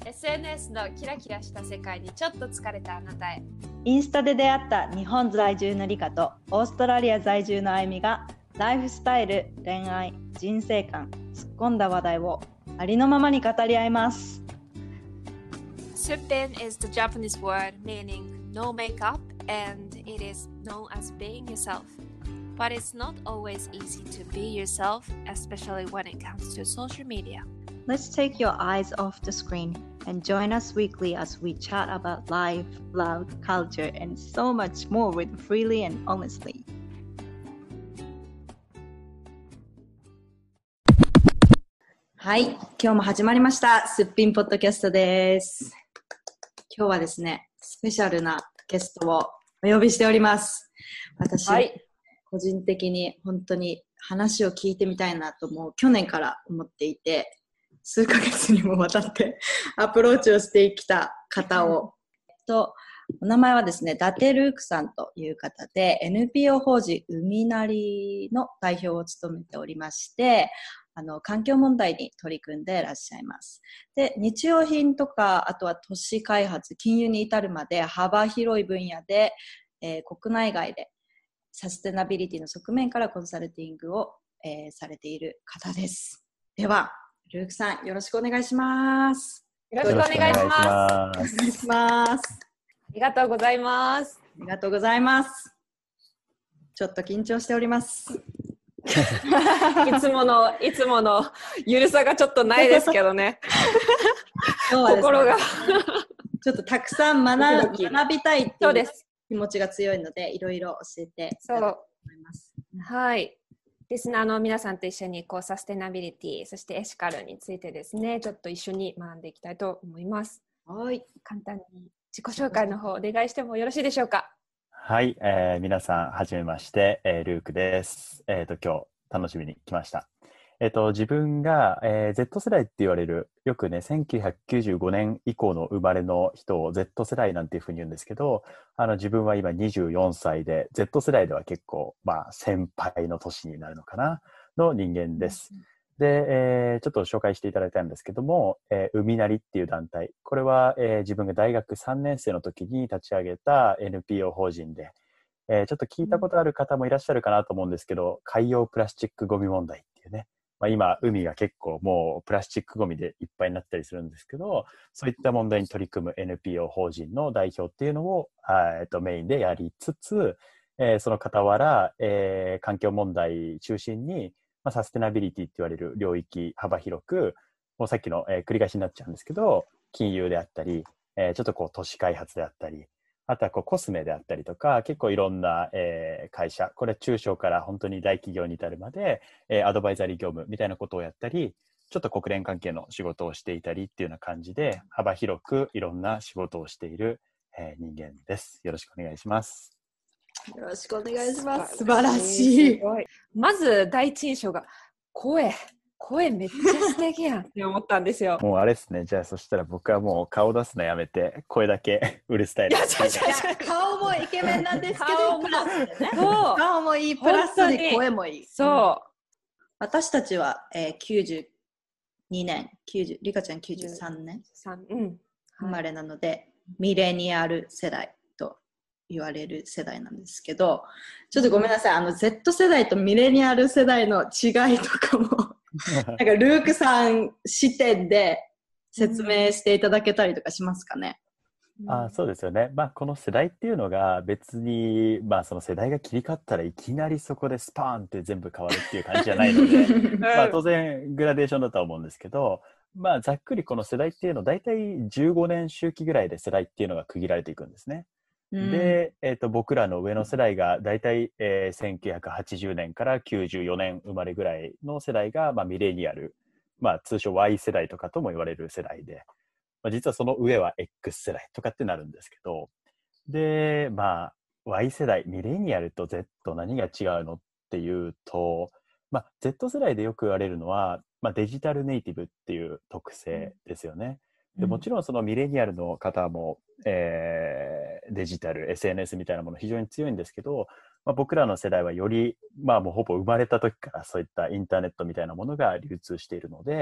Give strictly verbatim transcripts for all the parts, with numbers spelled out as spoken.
エスエヌエス のキラキラした世界にちょっと疲れたあなたへ。 インスタで出会った日本在住のリカとオーストラリア在住のあゆみがライフスタイル、恋愛、人生観、突っ込んだ話題をありのままに語り合います。 Suppin is the Japanese word meaning no makeup and it is known as being yourself. But it's not always easy to be yourself, especially when it comes to social media. Let's take your eyes off the screen and join us weekly as we chat about life, love, culture, and so much more with freely and honestly. はい、今日も始まりましたすっぴんポッドキャストです。今日はですね、スペシャルなゲストをお呼びしております。私、はい、個人的に本当に話を聞いてみたいなともう去年から思っていて、数ヶ月にもわたってアプローチをしてきた方を、えっと、お名前はですね、伊達ルークさんという方で エヌピーオー 法人海なりの代表を務めておりまして、あの環境問題に取り組んでいらっしゃいます。で、日用品とか、あとは都市開発、金融に至るまで幅広い分野で、えー、国内外でサステナビリティの側面からコンサルティングを、えー、されている方です。では、ルークさん、よろしくお願いします。 よろしくお願いします。 お願いします。 ありがとうございます。 ありがとうございます。ちょっと緊張しております。 いつものいつものゆるさがちょっとないですけどね。 今日はですね、 心がちょっとたくさん学び、学びたいっていう気持ちが強いので、いろいろ教えていただきたいと思います。 はい。リスナーの皆さんと一緒にこうサステナビリティ、そしてエシカルについてですね、ちょっと一緒に学んでいきたいと思います。 はい。 簡単に自己紹介の方お願いしてもよろしいでしょうか。 はい、えー、皆さんはじめまして、えー、ルークです。えっと今日楽しみに来ました。えっと自分が、えー、Z 世代って言われる、よくねせんきゅうひゃくきゅうじゅうごねん以降の生まれの人を Z 世代なんていうふうに言うんですけど、あの自分は今にじゅうよんさいで Z 世代では結構まあ先輩の年になるのかなの人間です。で、えー、ちょっと紹介していただいたんですけども、えー、海なりっていう団体、これは、えー、自分が大学さんねん生の時に立ち上げた エヌピーオー 法人で、えー、ちょっと聞いたことある方もいらっしゃるかなと思うんですけど、海洋プラスチックゴミ問題っていうね、まあ、今海が結構もうプラスチックゴミでいっぱいになったりするんですけど、そういった問題に取り組む エヌピーオー 法人の代表っていうのを、えー、とメインでやりつつ、えー、その傍ら、えー、環境問題中心に、まあ、サステナビリティって言われる領域幅広く、もうさっきの、えー、繰り返しになっちゃうんですけど、金融であったり、えー、ちょっとこう都市開発であったり、あとはこうコスメであったりとか、結構いろんな、えー、会社、これ中小から本当に大企業に至るまで、えー、アドバイザリー業務みたいなことをやったり、ちょっと国連関係の仕事をしていたりっていうような感じで、幅広くいろんな仕事をしている、えー、人間です。よろしくお願いします。 よろしくお願いします。素晴らしい。 まず第一印象が声。声めっちゃ素敵やんって思ったんですよ。 もうあれですね。じゃあそしたら僕はもう顔出すのやめて声だけ売るスタイル。いやいや顔もイケメンなんですけどプラスでね。そう顔もいいプラスで声もいい。 そう。 私たちは、えー、きゅうじゅうにねん、きゅうじゅうリカちゃんきゅうじゅうさんねん、うん、生まれなので、はい、ミレニアル世代と言われる世代なんですけど、ちょっとごめんなさい、あの Z 世代とミレニアル世代の違いとかもなんかルークさん視点で説明していただけたりとかしますかね。 あ、そうですよね。まあこの世代っていうのが別に、まあその世代が切り替わったらいきなりそこでスパーンって全部変わるっていう感じじゃないのでまあ当然グラデーションだとは思うんですけど、まあざっくりこの世代っていうのは大体じゅうごねん周期ぐらいで世代っていうのが区切られていくんですね。で、えーと、僕らの上の世代がだいたい、えー、せんきゅうひゃくはちじゅうねんからきゅうじゅうよねん生まれぐらいの世代が、まあ、ミレニアル、まあ、通称 Y 世代とかとも言われる世代で、まあ、実はその上は X 世代とかってなるんですけど、で、まあ Y 世代、ミレニアルと Z 何が違うのっていうと、まあ、Z 世代でよく言われるのは、まあ、デジタルネイティブっていう特性ですよね。でもちろんそのミレニアルの方も、えー、デジタル エスエヌエス みたいなもの非常に強いんですけど、まあ、僕らの世代はより、まあ、もうほぼ生まれた時からそういったインターネットみたいなものが流通しているので、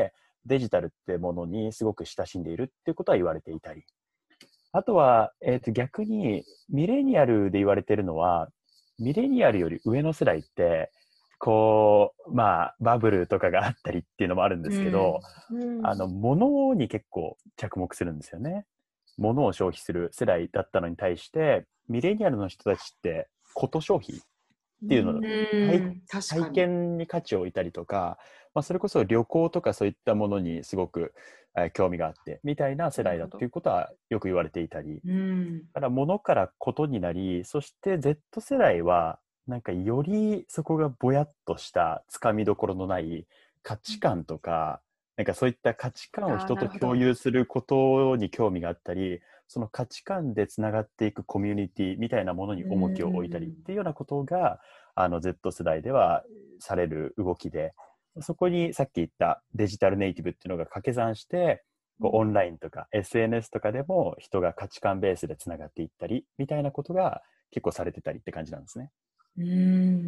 デジタルってものにすごく親しんでいるっていうことは言われていたり、あとは、えーと、逆にミレニアルで言われているのは、ミレニアルより上の世代って、こう、まあ、バブルとかがあったりっていうのもあるんですけど、 うん、 あの、物に結構着目するんですよね。物を消費する世代だったのに対して、ミレニアルの人たちって、こと消費っていうのを、体、体験に価値を置いたりとか、まあ、それこそ旅行とかそういったものにすごく、えー興味があって、みたいな世代だっていうことはよく言われていたり、 うん、 だから物からことになり、そして Z 世代は、なんかよりそこがぼやっとしたつかみどころのない価値観とか、なんかそういった価値観を人と共有することに興味があったり、その価値観でつながっていくコミュニティみたいなものに重きを置いたりっていうようなことが、あの Z 世代ではされる動きで、そこにさっき言ったデジタルネイティブっていうのが掛け算して、こうオンラインとか エスエヌエス とかでも人が価値観ベースでつながっていったりみたいなことが結構されてたりって感じなんですね。 うん。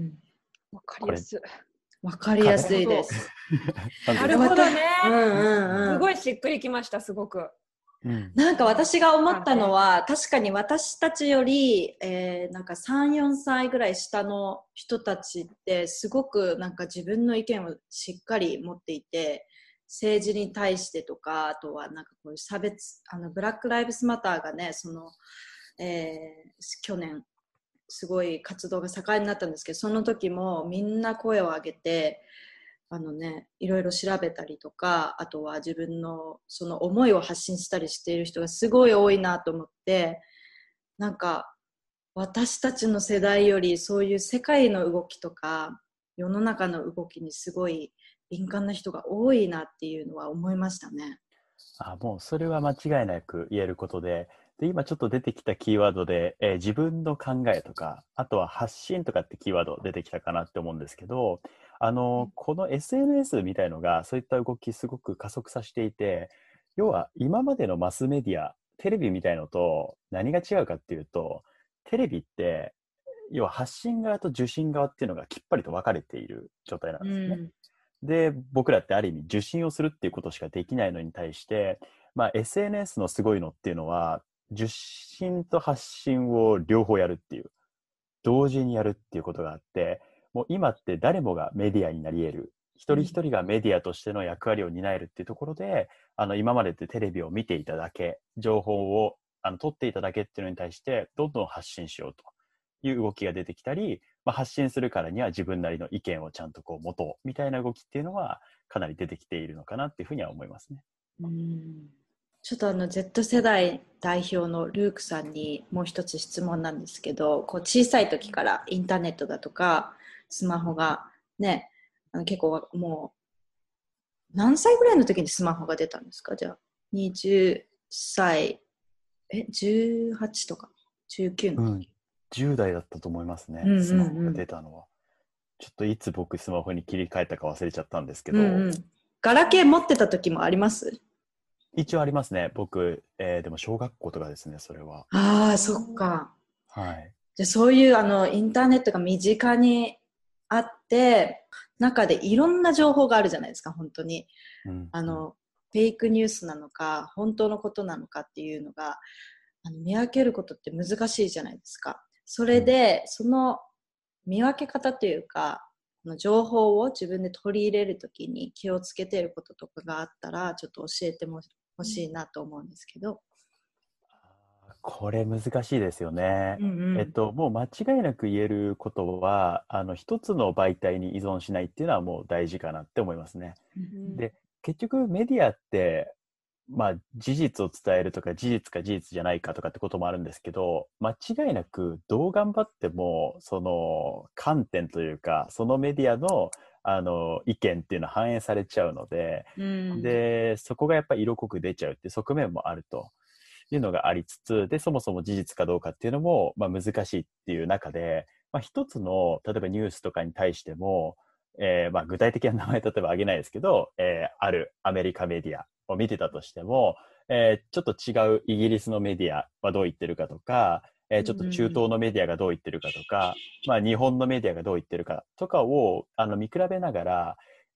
わかりやすい。 わかりやすいです。 なるほどね。 うんうんうん、 すごいしっくりきました、すごく。 うん、なんか私が思ったのは、確かに私たちより、えー、なんかさん、よんさいぐらい下の人たちってすごくなんか自分の意見をしっかり持っていて、政治に対してとか、あとはなんかこういう差別、あのブラックライブスマターがね、その、えー、去年すごい活動が盛んになったんですけど、その時もみんな声を上げて、あのね、いろいろ調べたりとか、あとは自分のその思いを発信したりしている人がすごい多いなと思って、なんか私たちの世代よりそういう世界の動きとか世の中の動きにすごい敏感な人が多いなっていうのは思いましたね。 あ、もうそれは間違いなく言えることで、で今ちょっと出てきたキーワードで、えー自分の考えとか、あとは発信とかってキーワード出てきたかなって思うんですけど、あの、この エスエヌエス みたいのがそういった動きすごく加速させていて、要は今までのマスメディア、テレビみたいのと何が違うかっていうと、テレビって要は発信側と受信側っていうのがきっぱりと分かれている状態なんですね。 うんで、僕らってある意味受信をするっていうことしかできないのに対して、まあ、エスエヌエス のすごいのっていうのは、受信と発信を両方やるっていう、同時にやるっていうことがあって、もう今って誰もがメディアになり得る。一人一人がメディアとしての役割を担えるっていうところで、あの今までってテレビを見ていただけ、情報をあの取っていただけっていうのに対して、どんどん発信しようという動きが出てきたり、まあ、発信するからには自分なりの意見をちゃんとこう持とうみたいな動きっていうのはかなり出てきているのかなっていうふうには思いますね。 うんちょっとあの Z 世代代表のルークさんにもう一つ質問なんですけど、こう小さい時からインターネットだとかスマホがね、あの結構もう何歳ぐらいの時にスマホが出たんですか？じゃあにじゅっさい、えじゅうはちとかじゅうきゅうの時、うん、 じゅう代だったと思いますね、 うんうんうん、 スマホが出たのは。ちょっといつ僕スマホに切り替えたか忘れちゃったんですけど、 うんうん、ガラケー持ってた時もあります？ 一応ありますね。僕、えー、でも小学校とかですね、それは。 ああ、そっか。 はい。 でそういうあのインターネットが身近にあって中でいろんな情報があるじゃないですか、本当に、うん、あのフェイクニュースなのか本当のことなのかっていうのがあの見分けることって難しいじゃないですか。それで、うん、その見分け方というか情報を自分で取り入れるときに気をつけていることとかがあったらちょっと教えてもほしいなと思うんですけど。 これ難しいですよね。 うんうん、 えっと、もう間違いなく言えることは、あの、一つの媒体に依存しないっていうのはもう大事かなって思いますね。うん、で、結局メディアって、まあ、事実を伝えるとか、事実か事実じゃないかとかってこともあるんですけど、間違いなくどう頑張っても、その観点というか、そのメディアの、あの、意見っていうのは反映されちゃうので、うん、で、そこがやっぱり色濃く出ちゃうっていう側面もあると。いうのがありつつ、で、そもそも事実かどうかっていうのも、まあ、難しいっていう中で、まあ、一つの、例えばニュースとかに対しても、えー、まあ具体的な名前例えば挙げないですけど、えー、あるアメリカメディアを見てたとしても、えー、ちょっと違うイギリスのメディアはどう言ってるかとか、えー、ちょっと中東のメディアがどう言ってるかとか、まあ日本のメディアがどう言ってるかとかをあの見比べながら、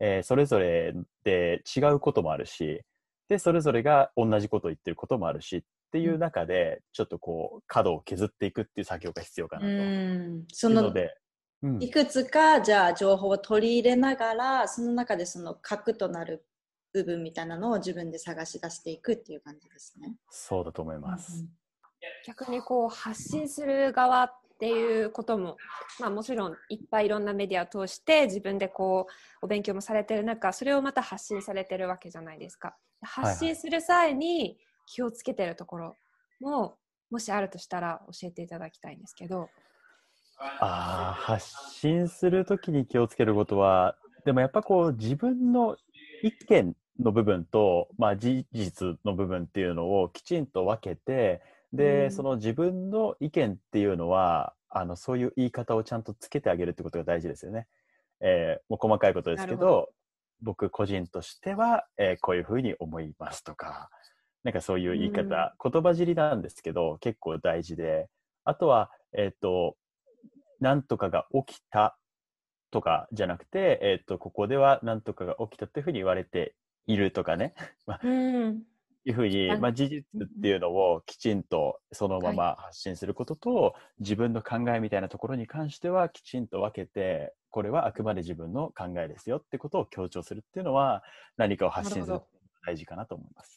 えーそれぞれで違うこともあるし、で、それぞれが同じことを言ってることもあるしっていう中で、ちょっとこう、角を削っていくっていう作業が必要かなと。 うんそのいうので、うんいくつかじゃあ情報を取り入れながら、その中でその核となる部分みたいなのを自分で探し出していくっていう感じですね。 そうだと思います。 逆にこう発信する側っていうことも、まあ、もちろんいっぱいいろんなメディアを通して自分でこうお勉強もされてる中、それをまた発信されてるわけじゃないですか。発信する際に気をつけてるところももしあるとしたら教えていただきたいんですけど。 ああ、発信するときに気をつけることは、でもやっぱこう自分の意見の部分と、まあ、事実の部分っていうのをきちんと分けて、で、 うん、 その自分の意見っていうのは、あの、そういう言い方をちゃんとつけてあげるってことが大事ですよね。えーもう細かいことですけど、 なるほど。 僕個人としては、えーこういうふうに思いますとか、なんかそういう言い方、言葉尻なんですけど、結構大事で、あとは、えっと、なんとかが起きたとかじゃなくて、えっと、ここではなんとかが起きたっていうふうに言われているとかね。まあうんいうふうに、まあ、事実っていうのをきちんとそのまま発信することと、はい、自分の考えみたいなところに関してはきちんと分けて、これはあくまで自分の考えですよってことを強調するっていうのは、何かを発信するって大事かなと思います。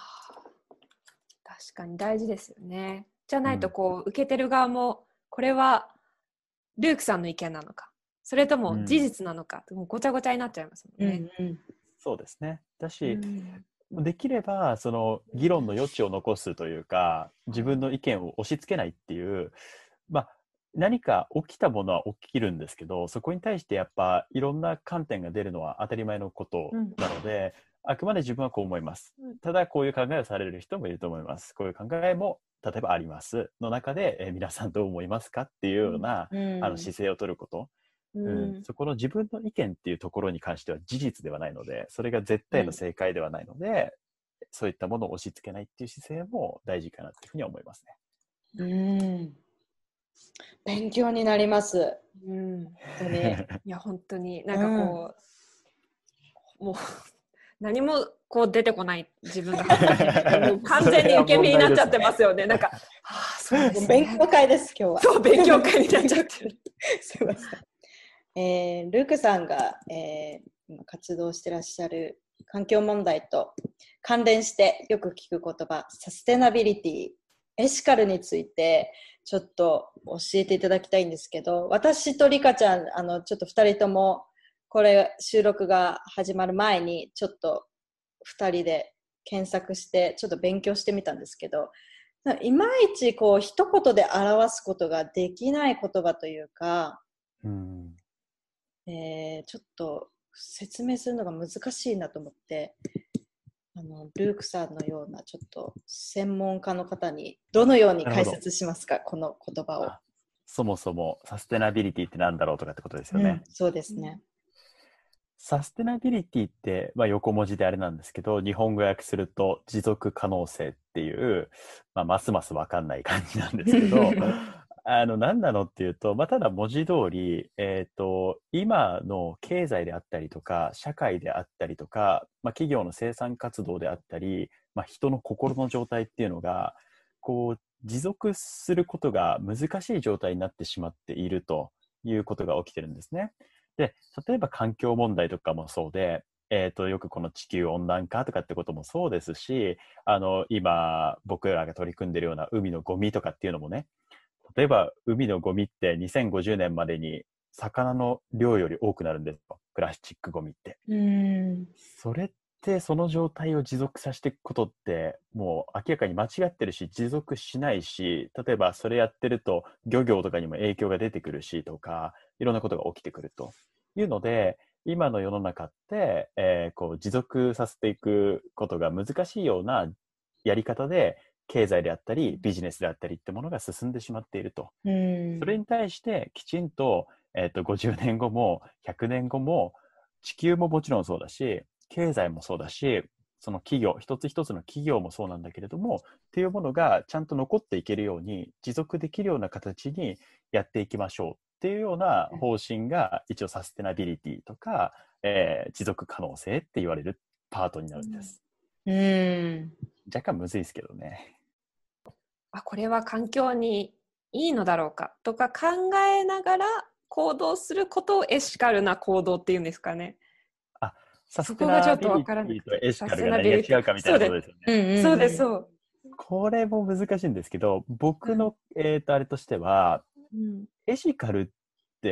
確かに大事ですよね。じゃないとこう、うん、受けてる側もこれはルークさんの意見なのか、それとも事実なのか、うん、もうごちゃごちゃになっちゃいますもんね。 うんうん、そうですね。だし、うん、できればその議論の余地を残すというか、自分の意見を押し付けないっていう、まあ、何か起きたものは起きるんですけど、そこに対してやっぱいろんな観点が出るのは当たり前のことなので、うん、あくまで自分はこう思います。ただこういう考えをされる人もいると思います。こういう考えも例えばありますの中で、えー、皆さんどう思いますかっていうような、うん、あの姿勢を取ること。うんうん、そこの自分の意見っていうところに関しては事実ではないので、それが絶対の正解ではないので、うん、そういったものを押し付けないっていう姿勢も大事かなというふうに思いますね。 うん勉強になります。 うん、本当に。いや、本当に。なんかこう、うん、もう、何もこう出てこない自分が恥ずかしい。もう完全に受け身になっちゃってますよね。なんか、はあ、そうですね。 勉強会です、今日は。 そう、勉強会になっちゃってる。 すいません。えー、ルークさんが、えー、今活動してらっしゃる環境問題と関連してよく聞く言葉、サステナビリティ、エシカルについてちょっと教えていただきたいんですけど、私とリカちゃん、あのちょっとふたりともこれ収録が始まる前にちょっとふたりで検索してちょっと勉強してみたんですけど、いまいちこう一言で表すことができない言葉というか、うんえー、ちょっと説明するのが難しいなと思って、あのルークさんのようなちょっと専門家の方にどのように解説しますか、この言葉を。 そもそもサステナビリティって何だろうとかってことですよね。 うん、そうですね。 サステナビリティって、まあ、横文字であれなんですけど、日本語訳すると持続可能性っていう、まあ、ますます分かんない感じなんですけどあの何なのっていうと、まあ、ただ文字通り、えーと、今の経済であったりとか社会であったりとか、まあ、企業の生産活動であったり、まあ、人の心の状態っていうのがこう持続することが難しい状態になってしまっているということが起きてるんですね。で、例えば環境問題とかもそうで、えーと、よくこの地球温暖化とかってこともそうですし、あの今僕らが取り組んでるような海のゴミとかっていうのもね、例えば海のゴミってにせんごじゅうねんまでに魚の量より多くなるんですよ、プラスチックゴミって。うんそれってその状態を持続させていくことってもう明らかに間違ってるし持続しないし、例えばそれやってると漁業とかにも影響が出てくるしとか、いろんなことが起きてくるというので、今の世の中って、えー、こう持続させていくことが難しいようなやり方で経済であったりビジネスであったりってものが進んでしまっていると。うんそれに対してきちんと、えーと、ごじゅうねんごもひゃくねんごも地球ももちろんそうだし、経済もそうだし、その企業一つ一つの企業もそうなんだけれどもっていうものがちゃんと残っていけるように持続できるような形にやっていきましょうっっていうような方針が一応サステナビリティとか、えー持続可能性って言われるパートになるんです。 うん。 若干むずいですけどね。 あ、これは環境にいいのだろうかとか考えながら行動することをエシカルな行動っていうんですかね。 あ、サステそこがちょナビリっとわからなティとくて。 エシカルがサステナビリティ。 何が違うかみたいそうです。 なことですよね。 うんうんうん、 そうです、そう。 これも難しいんですけど、僕の、 うんえーと、あれとしては、 うんエシカルって、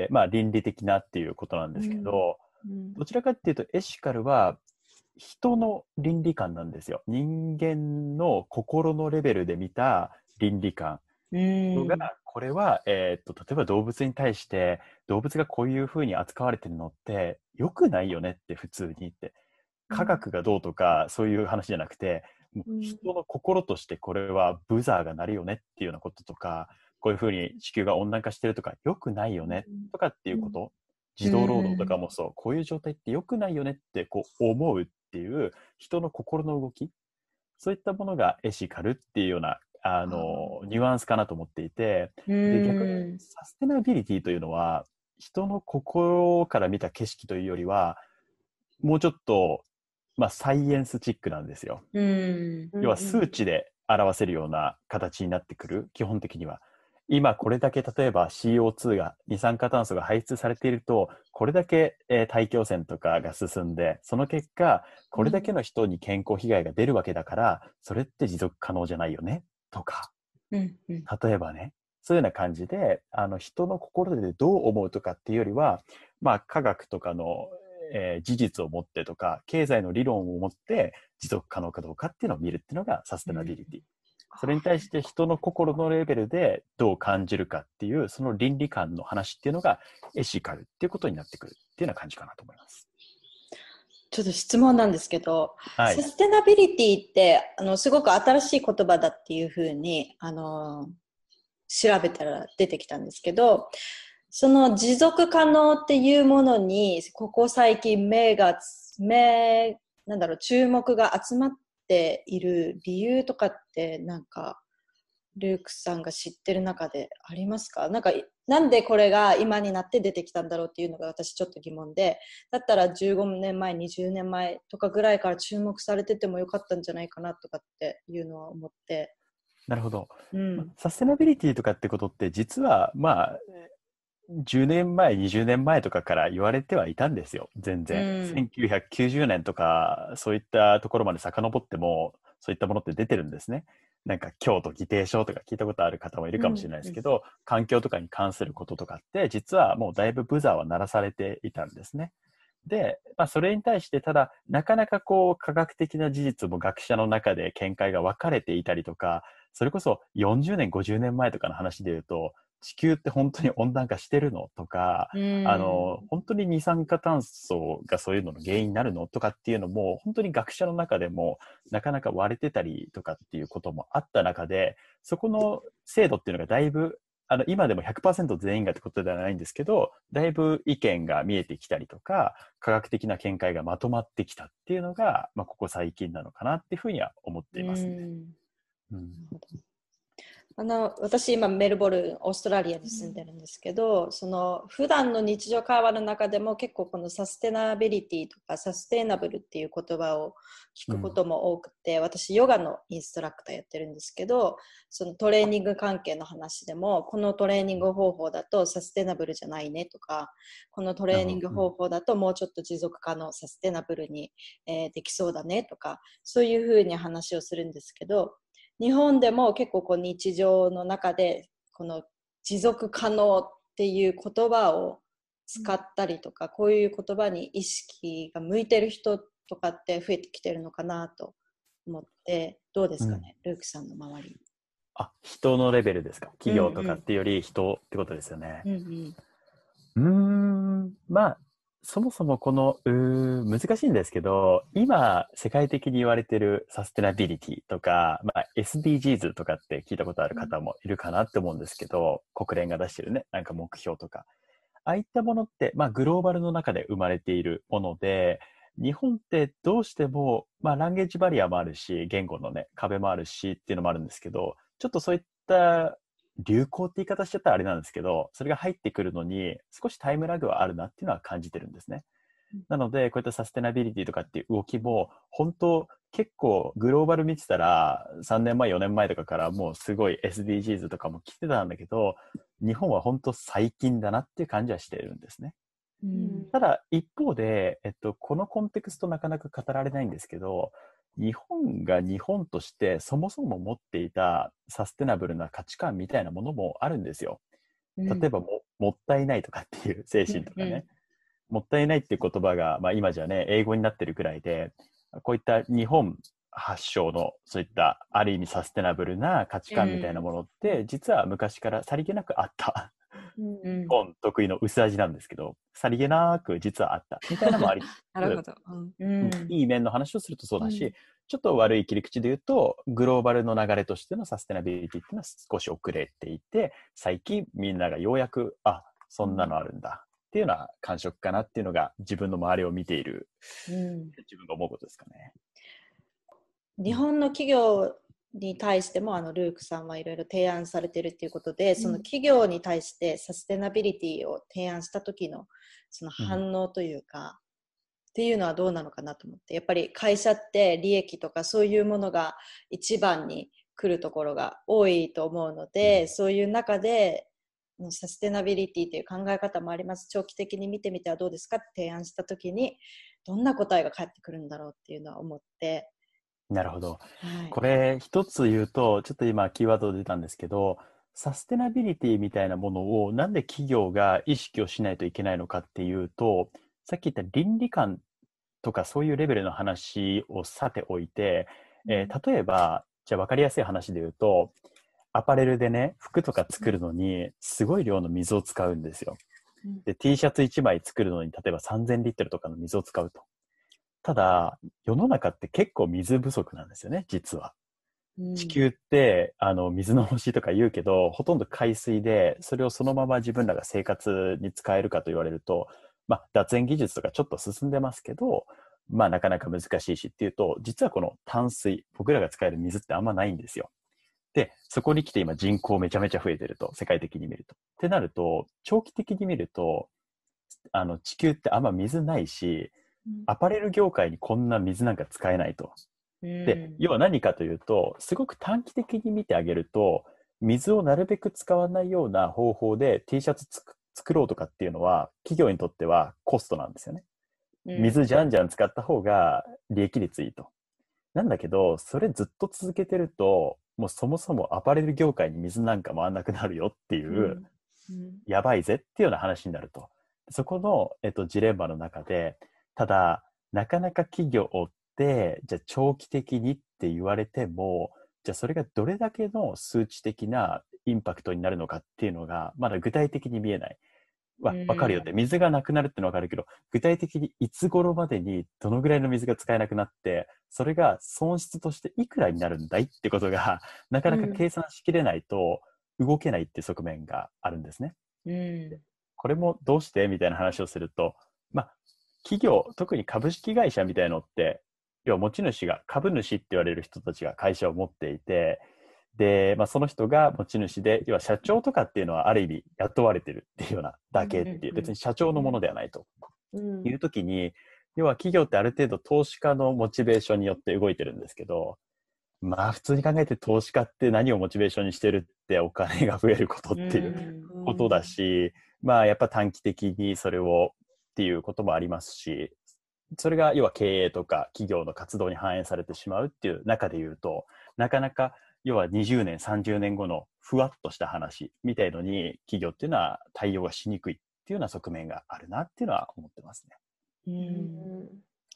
まあ倫理的なっていうことなんですけど、 うんどちらかっていうとエシカルは人の倫理観なんですよ。人間の心のレベルで見た倫理観うんが、これは、えーと、例えば動物に対して動物がこういうふうに扱われてるのって良くないよねって普通に言って。科学がどうとかそういう話じゃなくて、もう人の心としてこれはブザーが鳴るよねっていうようなこととか、こういうふうに地球が温暖化してるとか良くないよねとかっていうこと、児童労働とかもそう、こういう状態って良くないよねってこう思うっていう人の心の動き、そういったものがエシカルっていうようなあのニュアンスかなと思っていて、で逆にサステナビリティというのは人の心から見た景色というよりはもうちょっと、まあ、サイエンスチックなんですよ。 うん、 要は数値で表せるような形になってくる、基本的には。今これだけ例えば シーオーツー が二酸化炭素が排出されているとこれだけ、えー大気汚染とかが進んでその結果これだけの人に健康被害が出るわけだからそれって持続可能じゃないよねとか、 うんうん、 例えばねそういうような感じであの人の心でどう思うとかっていうよりは、まあ、科学とかの、えー事実を持ってとか経済の理論を持って持続可能かどうかっていうのを見るっていうのがサステナビリティ、それに対して人の心のレベルでどう感じるかっていうその倫理観の話っていうのがエシカルっていうことになってくるっていうような感じかなと思います。 ちょっと質問なんですけど、 はい、 サステナビリティってあのすごく新しい言葉だっていうふうにあの調べたら出てきたんですけど、その持続可能っていうものにここ最近目が目なんだろう注目が集まっている理由とかってなんかルークさんが知ってる中でありますか？なんかなんでこれが今になって出てきたんだろうっていうのが私ちょっと疑問で、だったらじゅうごねんまえにじゅうねんまえとかぐらいから注目されててもよかったんじゃないかなとかっていうのは思って。 なるほど、 うん、 サステナビリティとかってことって実はまあじゅうねんまえにじゅうねんまえとかから言われてはいたんですよ全然、うん、せんきゅうひゃくきゅうじゅうねんとかそういったところまで遡ってもそういったものって出てるんですね。なんか京都議定書とか聞いたことある方もいるかもしれないですけど、うんうん、環境とかに関することとかって実はもうだいぶブザーは鳴らされていたんですね。で、まあ、それに対してただなかなかこう科学的な事実も学者の中で見解が分かれていたりとか、それこそよんじゅうねんごじゅうねんまえとかの話でいうと地球って本当に温暖化してるのとか、あの本当に二酸化炭素がそういうのの原因になるのとかっていうのも本当に学者の中でもなかなか割れてたりとかっていうこともあった中で、そこの精度っていうのがだいぶあの今でも ひゃくパーセント 全員がってことではないんですけど、だいぶ意見が見えてきたりとか科学的な見解がまとまってきたっていうのが、まあ、ここ最近なのかなっていうふうには思っていますね。うん、 あの私今メルボルンオーストラリアに住んでるんですけど、その普段の日常会話の中でも結構このサステナビリティとかサステイナブルっていう言葉を聞くことも多くて、うん、私ヨガのインストラクターやってるんですけど、そのトレーニング関係の話でもこのトレーニング方法だとサステナブルじゃないねとか、このトレーニング方法だともうちょっと持続可能サステナブルに、えー、できそうだねとか、そういうふうに話をするんですけど、日本でも結構こう日常の中でこの持続可能っていう言葉を使ったりとか、こういう言葉に意識が向いてる人とかって増えてきてるのかなと思って、どうですかね、うん、ルークさんの周り。 あ、人のレベルですか？企業とかっていうより人ってことですよね。うん、うん、うーん、まあそもそもこのうー難しいんですけど、今世界的に言われてるサステナビリティとか、まあ、エスディージーズ とかって聞いたことある方もいるかなって思うんですけど、国連が出してるね、なんか目標とか。ああいったものって、まあ、グローバルの中で生まれているもので、日本ってどうしても、まあ、ランゲージバリアもあるし、言語のね、壁もあるしっていうのもあるんですけど、ちょっとそういった流行って言い方しちゃったらあれなんですけど、それが入ってくるのに少しタイムラグはあるなっていうのは感じてるんですね。なので、こういったサステナビリティとかっていう動きも、本当結構グローバル見てたら、さんねんまえ、よねんまえとかからもうすごい エスディージーズ とかも来てたんだけど、日本は本当最近だなっていう感じはしているんですね。 うん、 ただ、一方で、えっと、このコンテクストなかなか語られないんですけど、日本が日本としてそもそも持っていたサステナブルな価値観みたいなものもあるんですよ。例えばも、もったいないとかっていう精神とかね。もったいないっていう言葉が、まあ、今じゃね、英語になってるくらいで、こういった日本発祥のそういったある意味サステナブルな価値観みたいなものって、実は昔からさりげなくあった。日本得意の薄味なんですけど、さりげなく実はあったみたいなのもありなるほど。うん、 いい面の話をするとそうだし、 うん、 ちょっと悪い切り口で言うと、グローバルの流れとしてのサステナビリティっていうのは少し遅れていて、最近みんながようやく、あ、そんなのあるんだっていうような感触かなっていうのが自分の周りを見ている、 うん、 自分が思うことですかね。 日本の企業に対してもあのルークさんはいろいろ提案されているということで、その企業に対してサステナビリティを提案した時のその反応というか、うん、っていうのはどうなのかなと思って、やっぱり会社って利益とかそういうものが一番に来るところが多いと思うので、うん、そういう中でサステナビリティという考え方もあります。長期的に見てみてはどうですかって提案した時にどんな答えが返ってくるんだろうっていうのは思って。 なるほど。 はい、 これ一つ言うと、ちょっと今キーワード出たんですけど、サステナビリティみたいなものをなんで企業が意識をしないといけないのかっていうと、さっき言った倫理観とかそういうレベルの話をさておいて、えー、例えば、じゃあ分かりやすい話で言うと、アパレルでね、服とか作るのにすごい量の水を使うんですよ。で、T シャツいちまい作るのに例えばさんぜんリットルとかの水を使うと。ただ、世の中って結構水不足なんですよね、実は。地球って、あの、水の星とか言うけど、ほとんど海水で、それをそのまま自分らが生活に使えるかと言われると、まあ、脱塩技術とかちょっと進んでますけど、まあ、なかなか難しいしっていうと、実はこの淡水、僕らが使える水ってあんまないんですよ。で、そこに来て今人口めちゃめちゃ増えてると、世界的に見ると。ってなると、長期的に見ると、あの、地球ってあんま水ないし、アパレル業界にこんな水なんか使えないと。で、要は何かというと、すごく短期的に見てあげると、水をなるべく使わないような方法で T シャツ作ろうとかっていうのは、企業にとってはコストなんですよね。水じゃんじゃん使った方が利益率いいと。なんだけど、それずっと続けてると、もうそもそもアパレル業界に水なんか回んなくなるよっていう、うんうん、やばいぜっていうような話になると。そこの、えっと、ジレンマの中で、ただ、なかなか企業って、じゃあ長期的にって言われても、じゃあそれがどれだけの数値的なインパクトになるのかっていうのが、まだ具体的に見えない。わ、わかるよって。水がなくなるってのはわかるけど、具体的にいつ頃までにどのぐらいの水が使えなくなって、それが損失としていくらになるんだいってことが、なかなか計算しきれないと動けないっていう側面があるんですね。うん、これもどうしてみたいな話をすると、まあ、企業、特に株式会社みたいのって、要は持ち主が、株主って言われる人たちが会社を持っていて、で、まあ、その人が持ち主で、要は社長とかっていうのはある意味雇われてるっていうようなだけっていう、別に社長のものではないというときに、要は企業ってある程度投資家のモチベーションによって動いてるんですけど、まあ普通に考えて投資家って何をモチベーションにしてるってお金が増えることっていうことだし、まあやっぱ短期的にそれをっていうこともありますし、それが要は経営とか企業の活動に反映されてしまうっていう中で言うと、なかなか要はにじゅうねん、さんじゅうねんごのふわっとした話みたいのに企業っていうのは対応がしにくいっていうような側面があるなっていうのは思ってますね。うん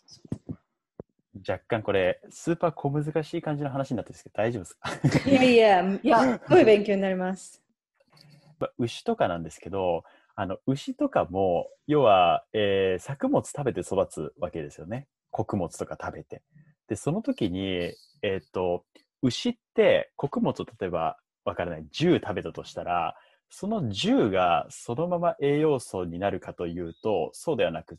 若干これスーパー小難しい感じの話になってるんですけど大丈夫ですか？ いやいや、いや、すごい勉強になります。 牛とかなんですけど、あの牛とかも要は、えー、作物食べて育つわけですよね。穀物とか食べて。で、その時に、えっと、牛って穀物を例えばわからないじゅう食べたとしたら、そのじゅうがそのまま栄養素になるかというとそうではなくって、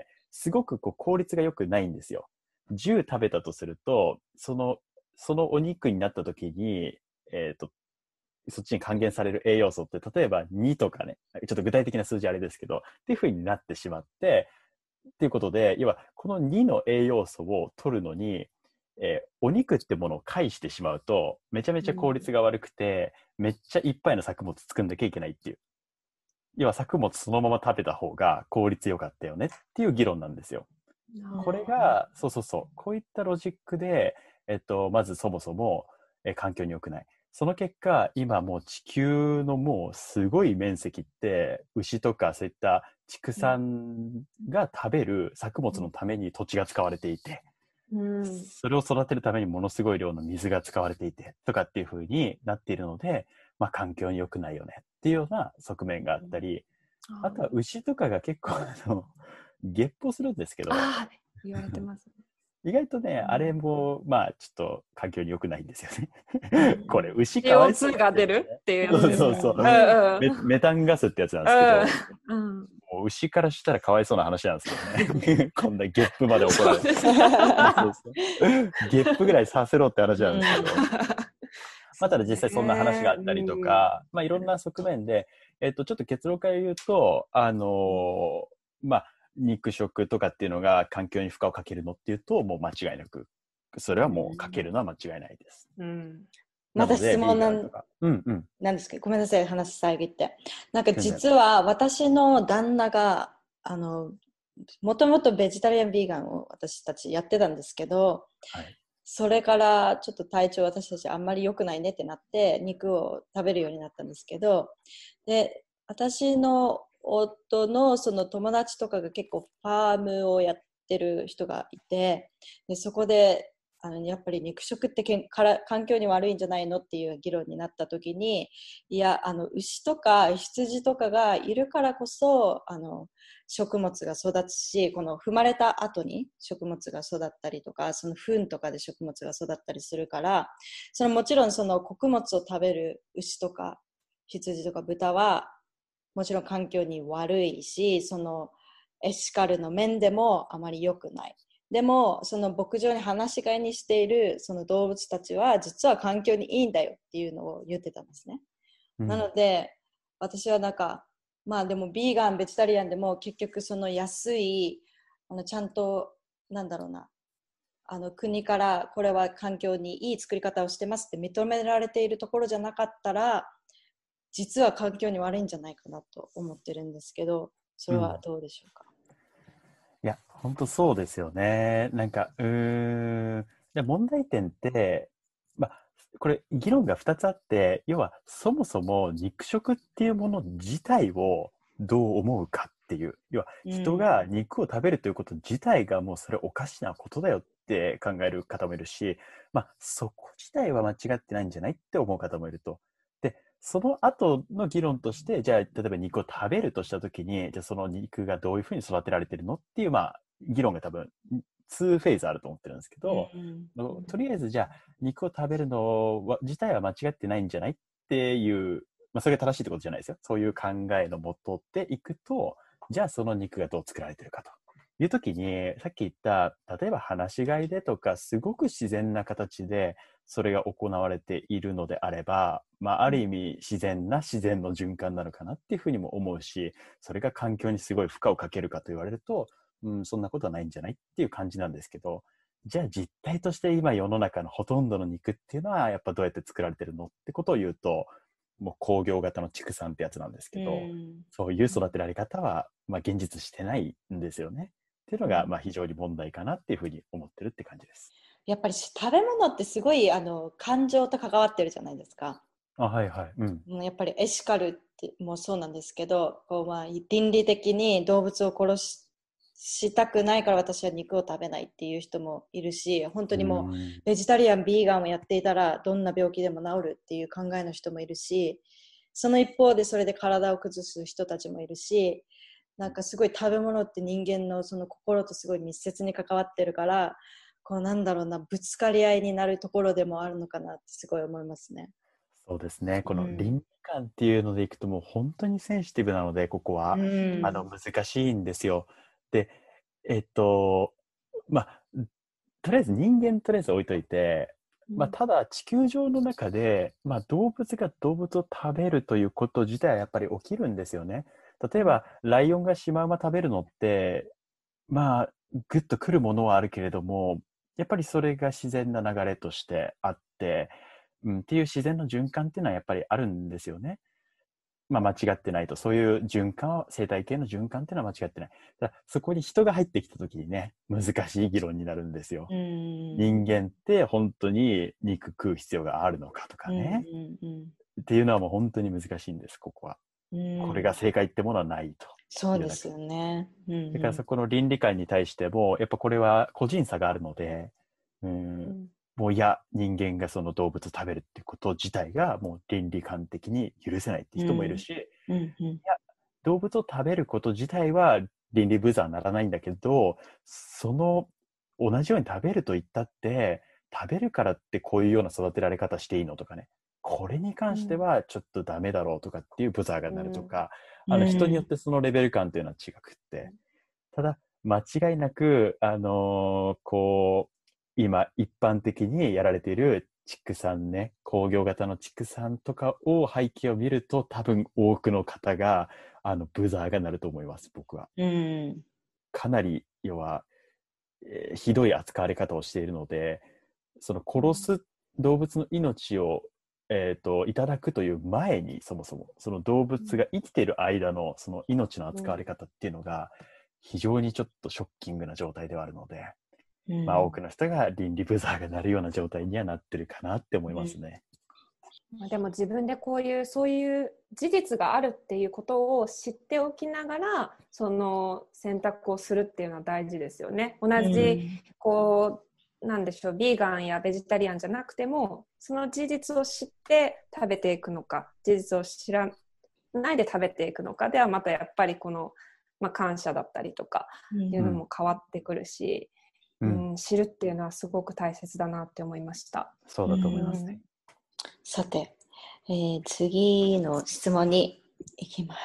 すごくこう効率が良くないんですよ。じゅう食べたとすると、そのそのお肉になった時に、えっとそっちに還元される栄養素って例えばにとかね、ちょっと具体的な数字あれですけどっていう風になってしまってっていうことで、要はこのにの栄養素を取るのに、えー、お肉ってものを介してしまうとめちゃめちゃ効率が悪くて、うん、めっちゃいっぱいの作物作んなきゃいけないっていう、要は作物そのまま食べた方が効率よかったよねっていう議論なんですよ。これがそうそうそうこういったロジックで、えっと、まずそもそも、えー、環境に良くない。その結果今もう地球のもうすごい面積って牛とかそういった畜産が食べる作物のために土地が使われていて、うん、それを育てるためにものすごい量の水が使われていてとかっていう風になっているので、まあ、環境に良くないよねっていうような側面があったり、うん、あとは牛とかが結構あのゲップをするんですけど、 あ言われてますね意外とね、うん、あれもまあちょっと環境に良くないんですよねこれ牛かわいそう、ね、 シーオーツー が出るっていうそうそうそう、うん、メ, メタンガスってやつなんですけど、うん、もう牛からしたらかわいそうな話なんですけどねこんなゲップまで怒られてそうそうゲップぐらいさせろって話なんですけど、うん、まあ、ただ実際そんな話があったりとか、まあ、いろんな側面で、えっと、ちょっと結論から言うとあのー、まあ肉食とかっていうのが環境に負荷をかけるのっていうともう間違いなくそれはもうかけるのは間違いないです、うん、 また質問なん、うんうん、なんですけどごめんなさい話遮ってなんか実は私の旦那があのもともとベジタリアンビーガンを私たちやってたんですけど、はい、それからちょっと体調私たちあんまり良くないねってなって肉を食べるようになったんですけど、で私の夫のその友達とかが結構ファームをやってる人がいて、でそこであのやっぱり肉食ってけんから環境に悪いんじゃないのっていう議論になった時に、いやあの牛とか羊とかがいるからこそあの食物が育つし、この踏まれた後に食物が育ったりとか、その糞とかで食物が育ったりするから、そのもちろんその穀物を食べる牛とか羊とか豚はもちろん環境に悪いし、そのエシカルの面でもあまり良くない。でもその牧場に放し飼いにしているその動物たちは実は環境にいいんだよっていうのを言ってたんですね、うん、なので私はなんかまあでもビーガンベジタリアンでも結局その安いあのちゃんとなんだろうなあの国からこれは環境にいい作り方をしてますって認められているところじゃなかったら実は環境に悪いんじゃないかなと思ってるんですけど、それはどうでしょうか。うん、 いや本当そうですよね。なんかうーんで問題点って、まあ、これ議論がふたつあって、要はそもそも肉食っていうもの自体をどう思うかっていう、要は人が肉を食べるということ自体がもうそれおかしなことだよって考える方もいるし、まあ、そこ自体は間違ってないんじゃないって思う方もいると。でその後の議論として、じゃあ例えば肉を食べるとしたときに、じゃあその肉がどういうふうに育てられてるのっていう、まあ、議論が多分にフェーズあると思ってるんですけど、うんうん、とりあえずじゃあ肉を食べるのは自体は間違ってないんじゃないっていう、まあ、それが正しいってことじゃないですよ。そういう考えのもとでいくと、じゃあその肉がどう作られてるかというときに、さっき言った例えば放し飼いでとかすごく自然な形でそれが行われているのであれば、まあ、ある意味自然な自然の循環なのかなっていうふうにも思うし、それが環境にすごい負荷をかけるかと言われると、うん、そんなことはないんじゃないっていう感じなんですけど、じゃあ実態として今世の中のほとんどの肉っていうのはやっぱどうやって作られてるのってことを言うと、もう工業型の畜産ってやつなんですけど、うん、そういう育てられ方は、まあ、現実してないんですよねっていうのが、まあ、非常に問題かなっていうふうに思ってるって感じです。 やっぱり食べ物ってすごいあの感情と関わってるじゃないですか。 あ、はいはい。 うん、やっぱりエシカルってもそうなんですけど、こうまあ倫理的に動物を殺ししたくないから私は肉を食べないっていう人もいるし、本当にもうベジタリアン、ビーガンをやっていたらどんな病気でも治るっていう考えの人もいるし、その一方でそれで体を崩す人たちもいるし、なんかすごい食べ物って人間のその心とすごい密接に関わってるから、こうなんだろうな、ぶつかり合いになるところでもあるのかなってすごい思いますね。 そうですね。この倫理観っていうのでいくともう本当にセンシティブなので、ここは、うん、あの難しいんですよ。で、えっと、まあ、とりあえず人間とりあえず置いといて、 まあ、ただ地球上の中で、まあ、動物が動物を食べるということ自体はやっぱり起きるんですよね。例えばライオンがシマウマ食べるのってまあグッとくるものはあるけれども、やっぱりそれが自然な流れとしてあって、うん、っていう自然の循環っていうのはやっぱりあるんですよね。まあ、間違ってないと、そういう循環、生態系の循環っていうのは間違ってない。ただそこに人が入ってきた時にね、難しい議論になるんですよ。 うん、 人間って本当に肉食う必要があるのかとかね、うんうんうん、っていうのはもう本当に難しいんです、ここは。うん、これが正解ってものはないと。 そうですよね。 うんうん、だからそこの倫理観に対しても、やっぱこれは個人差があるので、うん、うん、もういや、人間がその動物を食べるってこと自体がもう倫理観的に許せないって人もいるし、うんうんうん、いや、動物を食べること自体は倫理ブザーにならないんだけど、その同じように食べると言ったって、食べるからってこういうような育てられ方していいのとかね、これに関してはちょっとダメだろうとかっていうブザーがなるとか、うん、あの人によってそのレベル感っていうのは違くって、うん、ただ間違いなく、あのー、こう今一般的にやられている畜産ね、工業型の畜産とかを背景を見ると、多分多くの方があのブザーがなると思います、僕は。うん、かなり要は、えー、ひどい扱われ方をしているので、その殺す動物の命を、えーと、いただくという前に、そもそもその動物が生きている間のその命の扱われ方っていうのが非常にちょっとショッキングな状態ではあるので、うん、まあ多くの人が倫理ブザーが鳴るような状態にはなってるかなって思いますね。 うん、でも自分でこういうそういう事実があるっていうことを知っておきながらその選択をするっていうのは大事ですよね。同じこう、うん、なんでしょう、ビーガンやベジタリアンじゃなくてもその事実を知って食べていくのか、事実を知らないで食べていくのかではまたやっぱりこの、まあ、感謝だったりとかいうのも変わってくるし、うんうん、知るっていうのはすごく大切だなって思いました。 そうだと思いますね。 さて、えー、次の質問に行きます。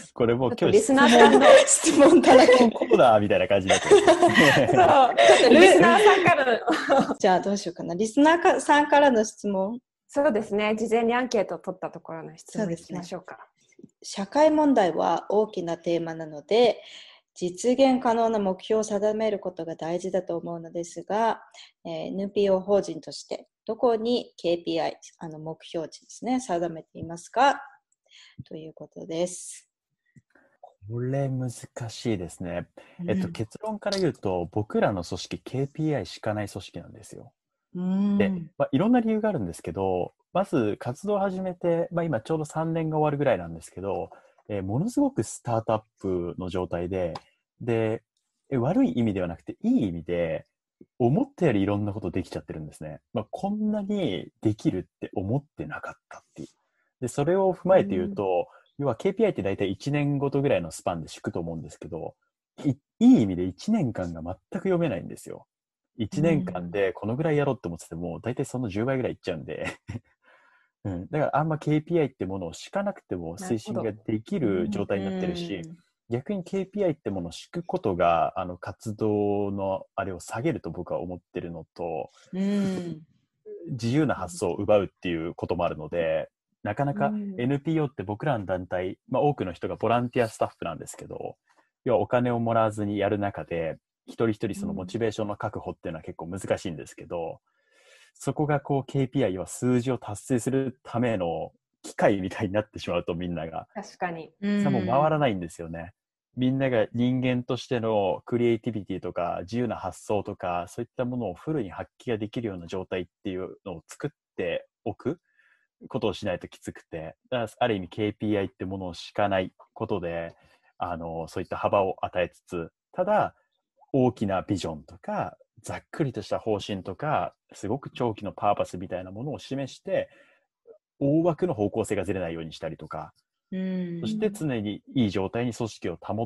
これもう今日リスナーさんの質問だらけコーナーみたいな感じになってる。 そう、ちょっとリスナーさんからのじゃあどうしようかな。リスナーさんからの質問。 そうですね。事前にアンケートを取ったところの質問に行きましょうか。 そうですね。社会問題は大きなテーマなので、実現可能な目標を定めることが大事だと思うのですが、えー、エヌピーオー 法人としてどこに ケーピーアイ、あの目標値ですね、定めていますかということです。 これ難しいですね。えっと、結論から言うと、僕らの組織 ケーピーアイ しかない組織なんですよ。うんで、まあ、いろんな理由があるんですけど、まず活動を始めて、まあ、今ちょうどさんねんが終わるぐらいなんですけど、えー、ものすごくスタートアップの状態で、で、え悪い意味ではなくて、いい意味で、思ったよりいろんなことできちゃってるんですね。まあ、こんなにできるって思ってなかったっていう。で、それを踏まえて言うと、うん、要は ケーピーアイ って大体いちねんごとぐらいのスパンで敷くと思うんですけど、い, いい意味でいちねんかんが全く読めないんですよ。いちねんかんでこのぐらいやろうって思ってても、大体そのじゅうばいぐらいいっちゃうんで、うん、だからあんま ケーピーアイ ってものを敷かなくても推進ができる状態になってるし、逆に ケーピーアイ ってものを敷くことがあの活動のあれを下げると僕は思ってるのと、うん自由な発想を奪うっていうこともあるので、なかなか エヌピーオー って僕らの団体、まあ、多くの人がボランティアスタッフなんですけど、要はお金をもらわずにやる中で一人一人そのモチベーションの確保っていうのは結構難しいんですけど、そこがこう ケーピーアイ は数字を達成するための機械みたいになってしまうと、みんなが確かにそれもう回らないんですよね。みんなが人間としてのクリエイティビティとか自由な発想とかそういったものをフルに発揮ができるような状態っていうのを作っておくことをしないときつくて、だからある意味 ケーピーアイ ってものを敷かないことで、あのそういった幅を与えつつ、ただ大きなビジョンとかざっくりとした方針とかすごく長期のパーパスみたいなものを示して大枠の方向性がずれないようにしたりとか、うんそして常にいい状態に組織を保って、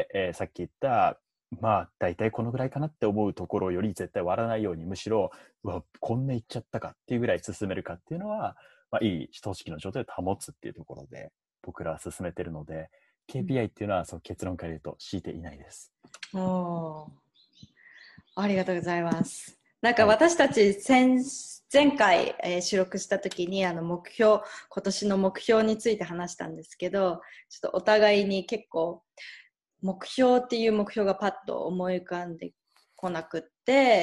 えー、さっき言ったまあ大体このぐらいかなって思うところより絶対割らないように、むしろうわこんないっちゃったかっていうぐらい進めるかっていうのは、まあ、いい組織の状態を保つっていうところで僕らは進めてるので、 ケーピーアイ っていうのはその結論から言うと敷いていないです。 おありがとうございます。 なんか私たち先前回、えー収録した時にあの目標、今年の目標について話したんですけど、ちょっとお互いに結構目標っていう目標がパッと思い浮かんでこなくって、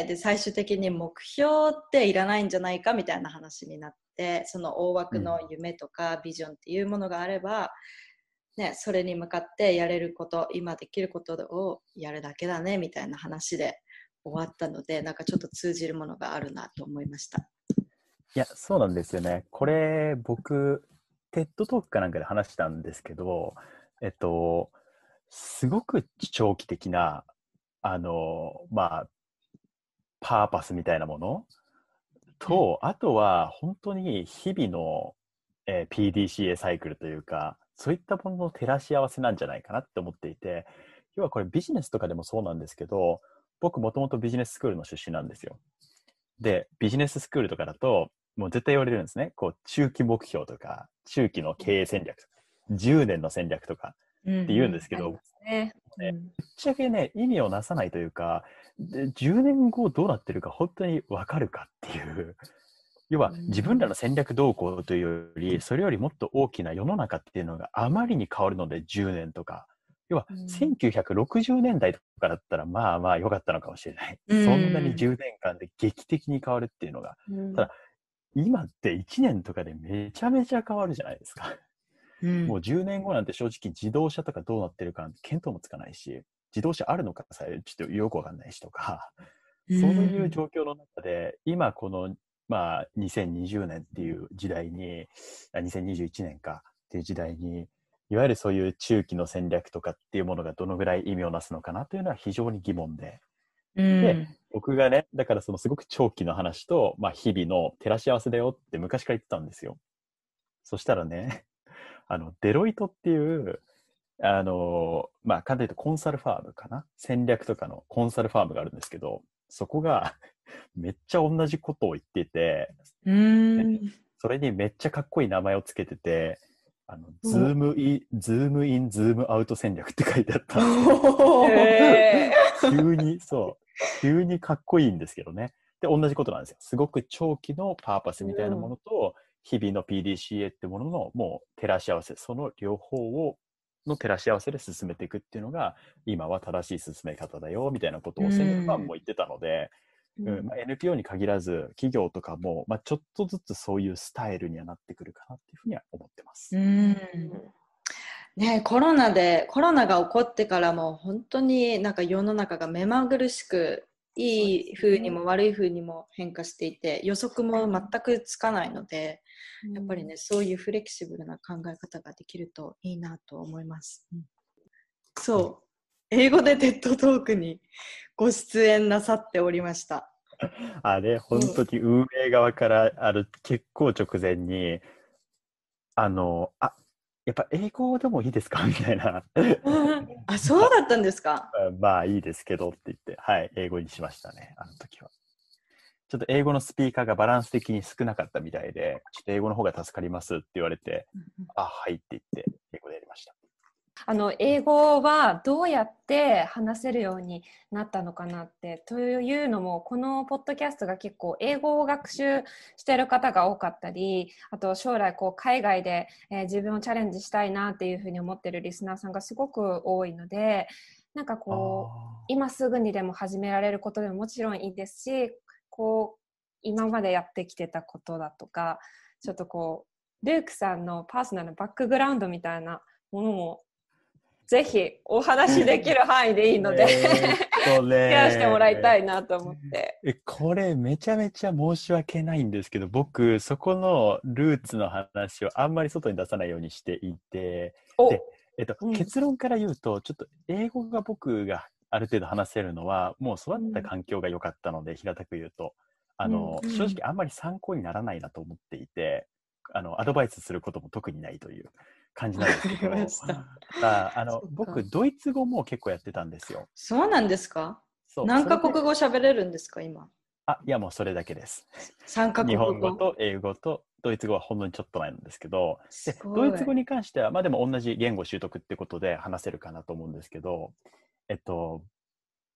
で最終的に目標っていらないんじゃないかみたいな話になって、その大枠の夢とかビジョンっていうものがあれば、ね、それに向かってやれること、今できることをやるだけだねみたいな話で終わったので、なんかちょっと通じるものがあるなと思いました。 いや、そうなんですよね。これ、僕、テッドトークかなんかで話したんですけど、えっと、すごく長期的な、あの、まあ、パーパスみたいなものと、あとは本当に日々の、えー ピーディーシーエー サイクルというか、そういったものの照らし合わせなんじゃないかなって思っていて、要はこれビジネスとかでもそうなんですけど、僕もともとビジネススクールの出身なんですよ。で、ビジネススクールとかだと、もう絶対言われるんですね。こう、中期目標とか、中期の経営戦略とか、じゅうねんの戦略とかって言うんですけど、 ありますね。 ね、ぶっちゃけね、意味をなさないというか、でじゅうねんごどうなってるか本当にわかるかっていう、要は自分らの戦略動向というより、それよりもっと大きな世の中っていうのがあまりに変わるので、じゅうねんとか。要はせんきゅうひゃくろくじゅうねんだいとかだったら、まあまあ良かったのかもしれない。そんなにじゅうねんかんで劇的に変わるっていうのが。ただ、今っていちねんとかでめちゃめちゃ変わるじゃないですか。もうじゅうねんごなんて正直自動車とかどうなってるかなんて見当もつかないし、自動車あるのかさえちょっとよくわかんないしとか、そういう状況の中で、今この、まあ、にせんにじゅうねんっていう時代に、あにせんにじゅういちねんかっていう時代に、いわゆるそういう中期の戦略とかっていうものがどのぐらい意味をなすのかなというのは非常に疑問で。で、僕がね、だからそのすごく長期の話と、まあ、日々の照らし合わせだよって昔から言ってたんですよ。そしたらね、あの、デロイトっていう、あの、まあ、簡単に言うとコンサルファームかな、戦略とかのコンサルファームがあるんですけど、そこがめっちゃ同じことを言ってて、 うんそれにめっちゃかっこいい名前をつけてて、あの、ズームイン、ズームイン、ズームアウト戦略って書いてあったんですよ。急に、そう、急にかっこいいんですけどね。で、同じことなんですよ。すごく長期のパーパスみたいなものと、日々の ピーディーシーエー ってもののもう照らし合わせ、その両方をの照らし合わせで進めていくっていうのが今は正しい進め方だよみたいなことを戦略ファンも言ってたので、うんまあ、エヌピーオー に限らず企業とかも、まあ、ちょっとずつそういうスタイルにはなってくるかなっていうふうには思ってます。 うんね、コロナでコロナが起こってからも本当になんか世の中が目まぐるしくいい風にも悪い風にも変化していて、予測も全くつかないので、やっぱりね、そういうフレキシブルな考え方ができるといいなと思います。うん、そう、英語でテッドトークにご出演なさっておりました。 あれ、本当に運営側からある結構直前に、あの、あ、やっぱ英語でもいいですかみたいな。 あ、そうだったんですか。 まあいいですけどって言って、はい、英語にしましたね、あの時は。ちょっと英語のスピーカーがバランス的に少なかったみたいで、ちょっと英語の方が助かりますって言われて、あ、はいって言って英語でやりました。 あの英語はどうやって話せるようになったのかなってというのも、このポッドキャストが結構英語を学習している方が多かったり、あと将来こう海外で、えー、自分をチャレンジしたいなっていうふうに思っているリスナーさんがすごく多いので、なんかこう今すぐにでも始められることでももちろんいいですし、こう今までやってきてたことだとか、ちょっとこうルークさんのパーソナルのバックグラウンドみたいなものもぜひお話しできる範囲でいいのでシェアしてもらいたいなと思って。 えこれめちゃめちゃ申し訳ないんですけど、僕そこのルーツの話をあんまり外に出さないようにしていて、で、えっとうん、結論から言うと、ちょっと英語が僕がある程度話せるのはもう育った環境が良かったので、うん、平たく言うとあの、うん、正直あんまり参考にならないなと思っていて、あのアドバイスすることも特にないという感じなんですけどああの僕ドイツ語も結構やってたんですよ。 そうなんですか。何カ国語喋れるんですか今。 あ、いやもうそれだけです。 さんカ国語。 日本語と英語とドイツ語はほんのにちょっと前なんですけど、でドイツ語に関してはまあでも同じ言語習得ってことで話せるかなと思うんですけど、えっと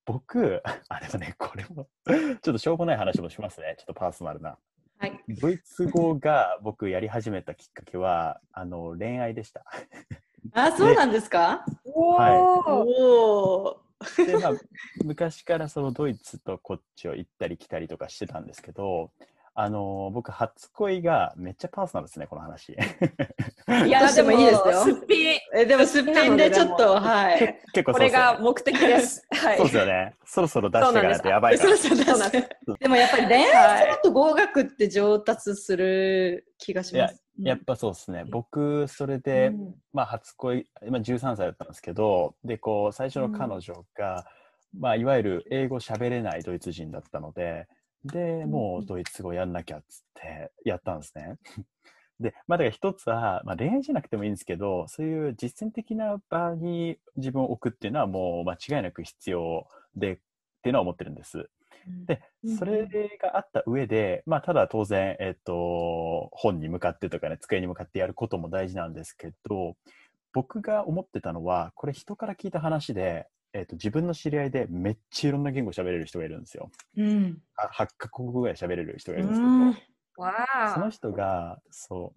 僕、あ、でもね、これもちょっとしょうもない話もしますね。ちょっとパーソナルな。 はい。 ドイツ語が僕やり始めたきっかけは、あの、恋愛でした。 あ、そうなんですか？ はい。 おお。 で、まあ、昔からそのドイツとこっちを行ったり来たりとかしてたんですけど、あの、僕、初恋がめっちゃパーソナルですね、この話。 いや、でもいいですよ。 すっぴん。え、でもすっぴんでちょっと、はい。 結構これが目的です。はい。 そうですよね。そろそろ出していかないとやばいから。 そうそうそう。でもやっぱり恋愛すると語学って上達する気がします。 やっぱそうですね。僕、それで、 うん、 まあ、初恋、今じゅうさんさいだったんですけど、で、こう、最初の彼女が、うん、まあ、いわゆる英語喋れないドイツ人だったので、で、もうドイツ語やんなきゃっつってやったんですね。で、まあ、だから一つは、まあ、恋愛じゃなくてもいいんですけど、そういう実践的な場に自分を置くっていうのはもう間違いなく必要でっていうのは思ってるんです。で、それがあった上で、まあ、ただ当然、えっと、本に向かってとかね、机に向かってやることも大事なんですけど、僕が思ってたのは、これ人から聞いた話で、えっと、自分の知り合いでめっちゃいろんな言語喋れる人がいるんですよ。うん、はちカ国語ぐらい喋れる人がいるんですけど、その人が、そう、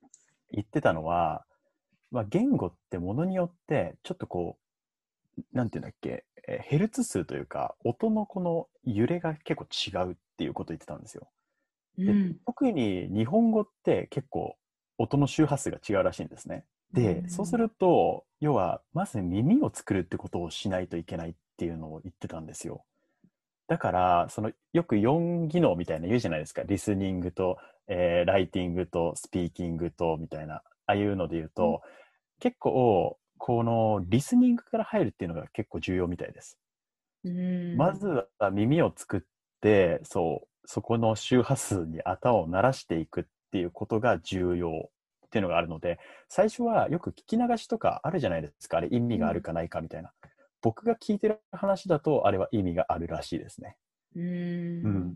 言ってたのは、まあ、言語ってものによって、ちょっとこう、なんていうんだっけ、ヘルツ数というか、音のこの揺れが結構違うっていうことを言ってたんですよ。で、うん、特に日本語って結構音の周波数が違うらしいんですね。で、うん、そうすると、要は、まず耳を作るってことをしないといけないっていうのを言ってたんですよ。だから、その、よくよん技能みたいな言うじゃないですか。リスニングと、えー、ライティングと、スピーキングと、みたいな、ああいうので言うと、うん、結構、このリスニングから入るっていうのが結構重要みたいです。うん、まずは耳を作って、そう、そこの周波数に頭を鳴らしていくっていうことが重要っていうのがあるので、最初はよく聞き流しとかあるじゃないですか。あれ意味があるかないかみたいな。うん、僕が聞いてる話だと、あれは意味があるらしいですね。うん、うん、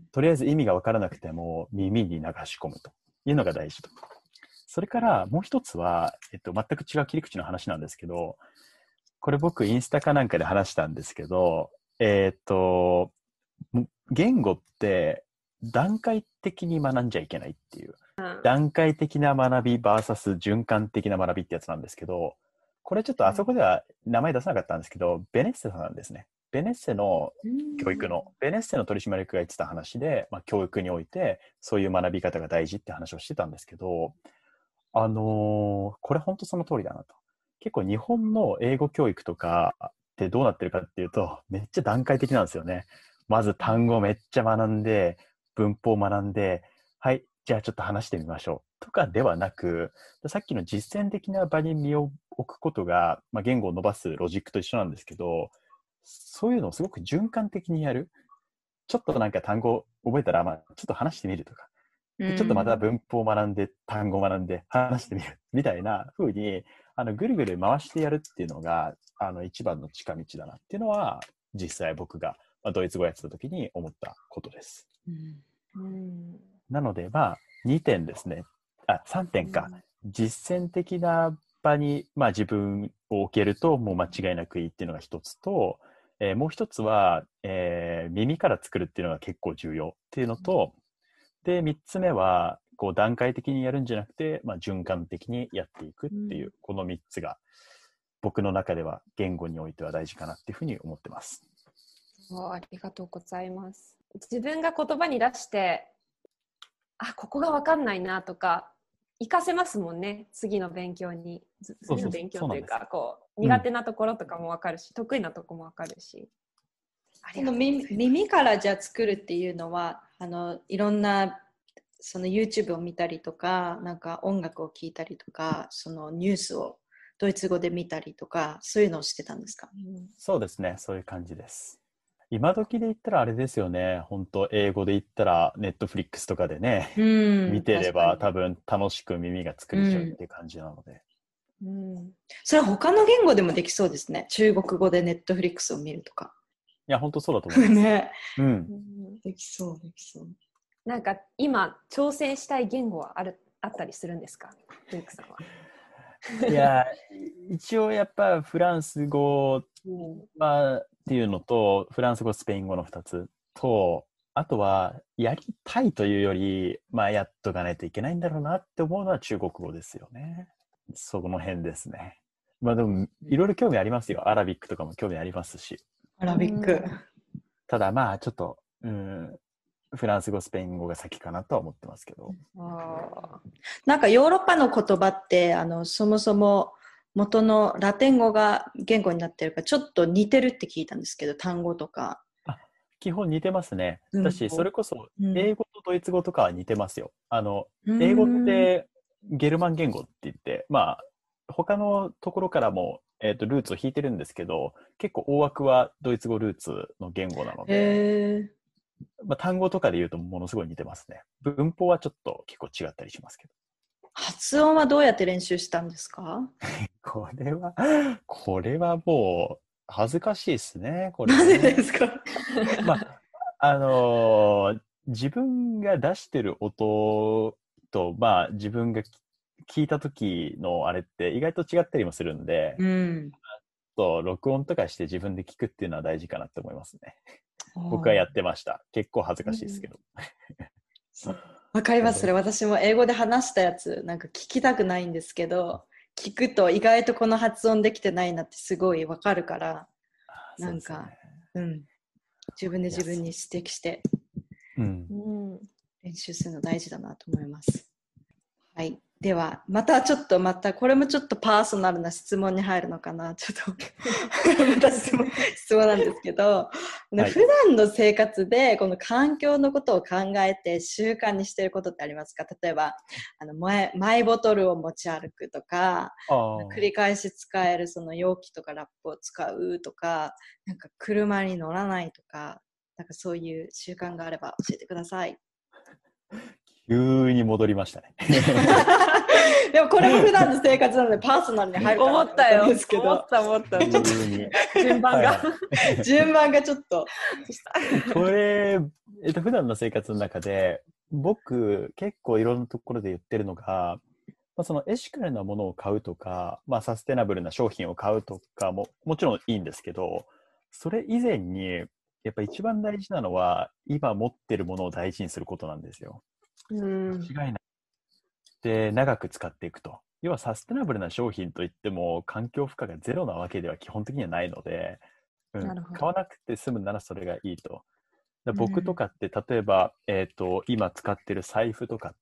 とりあえず意味が分からなくても耳に流し込むというのが大事と。それからもう一つは、えっと、全く違う切り口の話なんですけど、これ僕インスタかなんかで話したんですけど、えっと、言語って段階的に学んじゃいけないっていう、うん、段階的な学び ブイエス 循環的な学びってやつなんですけど、これちょっとあそこでは名前出さなかったんですけど、うん、ベネッセさんなんですね。ベネッセの教育の、ベネッセの取締役が言ってた話で、まあ、教育においてそういう学び方が大事って話をしてたんですけど、あのー、これ本当その通りだなと。結構日本の英語教育とかってどうなってるかっていうと、めっちゃ段階的なんですよね。まず単語をめっちゃ学んで、文法を学んで、はい、じゃあちょっと話してみましょうとかではなく、さっきの実践的な場に身を置くことが、まあ、言語を伸ばすロジックと一緒なんですけど、そういうのをすごく循環的にやる。ちょっとなんか単語覚えたら、まあ、ちょっと話してみるとか。でちょっとまた文法を学んで、単語を学んで、話してみるみたいな風に、あの、ぐるぐる回してやるっていうのが、あの、一番の近道だなっていうのは、実際僕がドイツ語やってた時に思ったことです。うん、なので、まあ、にてんですね。あ、さんてんか。うん、実践的な場に、まあ、自分を置けると、もう間違いなくいいっていうのが一つと、えー、もう一つは、えー、耳から作るっていうのが結構重要っていうのと、で、三つ目は、こう、段階的にやるんじゃなくて、まあ、循環的にやっていくっていう、うん、この三つが、僕の中では言語においては大事かなっていうふうに思ってます。 ありがとうございます。自分が言葉に出して、あ、ここが分かんないなとか、活かせますもんね、次の勉強に。次の勉強というか、こう、苦手なところとかも分かるし、うん、得意なところも分かるし。 この 耳, 耳からじゃあ作るっていうのは、あのいろんなその YouTube を見たりとか、なんか音楽を聴いたりとか、そのニュースをドイツ語で見たりとか、そういうのをしてたんですか？ うん、そうですね、そういう感じです。今時で言ったらあれですよね、本当英語で言ったら Netflix とかでね、うん、見てれば多分楽しく耳が作れちゃうっていう感じなので。 うんうん、それは他の言語でもできそうですね。中国語で Netflix を見るとか。 いや、本当そうだと思います。ね、 うん。できそう、できそう。 なんか今挑戦したい言語はあるあったりするんですか、ルークさんは？ いや、一応やっぱフランス語はっていうのと、フランス語、スペイン語のふたつと、あとは、やりたいというより、まあ、やっとかないといけないんだろうなって思うのは中国語ですよね。その辺ですね。まあでも、いろいろ興味ありますよ。アラビックとかも興味ありますし。 アラビック。 ただまあ、ちょっと、うん、フランス語、スペイン語が先かなとは思ってますけど。 あなんかヨーロッパの言葉って、あの、そもそも元のラテン語が言語になってるから、ちょっと似てるって聞いたんですけど、単語とか。 基本似てますね。 うんだし、それこそ、 うん英語とドイツ語とかは似てますよ。あの、 うん英語ってゲルマン言語って言って、まあ、他のところからも、えっと、ルーツを引いてるんですけど、結構大枠はドイツ語ルーツの言語なので、 へー。 まあ、単語とかで言うとものすごい似てますね。文法はちょっと結構違ったりしますけど。 発音はどうやって練習したんですか？ これは、これはもう、恥ずかしいですね、これはなね。 ぜですか？ まあ、あのー自分が出してる音と、まあ、自分が聞いた時のあれって意外と違ったりもするんで、 うん。 と録音とかして自分で聞くっていうのは大事かなって思いますね。僕はやってました。結構恥ずかしいですけど。 わかります。それ私も英語で話したやつ、なんか聞きたくないんですけど、聞くと意外とこの発音できてないなってすごいわかるから、なんか、う、ね、うん。自分で自分に指摘して、 うん、 練習するの大事だなと思います。はい。では、またちょっと、また、これもちょっとパーソナルな質問に入るのかな。ちょっとまた質問、質問なんですけど、はい、普段の生活で、この環境のことを考えて習慣にしていることってありますか？例えば、あのマイ、マイボトルを持ち歩くとか、繰り返し使えるその容器とかラップを使うとか、なんか車に乗らないとか、なんかそういう習慣があれば教えてください。 急に戻りましたね。 でもこれも普段の生活なのでパーソナルに入るかなと思ったんですけど。 思った思ったちょっと順番が、 はい、順番がちょっと。 これ、えっと、普段の生活の中で僕結構いろんなところで言ってるのが、まあ、そのエシカルなものを買うとか、まあ、サステナブルな商品を買うとかももちろんいいんですけど、それ以前にやっぱ一番大事なのは今持ってるものを大事にすることなんですよ。 うん、 間違いない。で、長く使っていくと。要はサステナブルな商品といっても環境負荷がゼロなわけでは基本的にはないので、うん、買わなくて済むならそれがいいと。で僕とかって例えば、えっと、今使ってる財布とかって、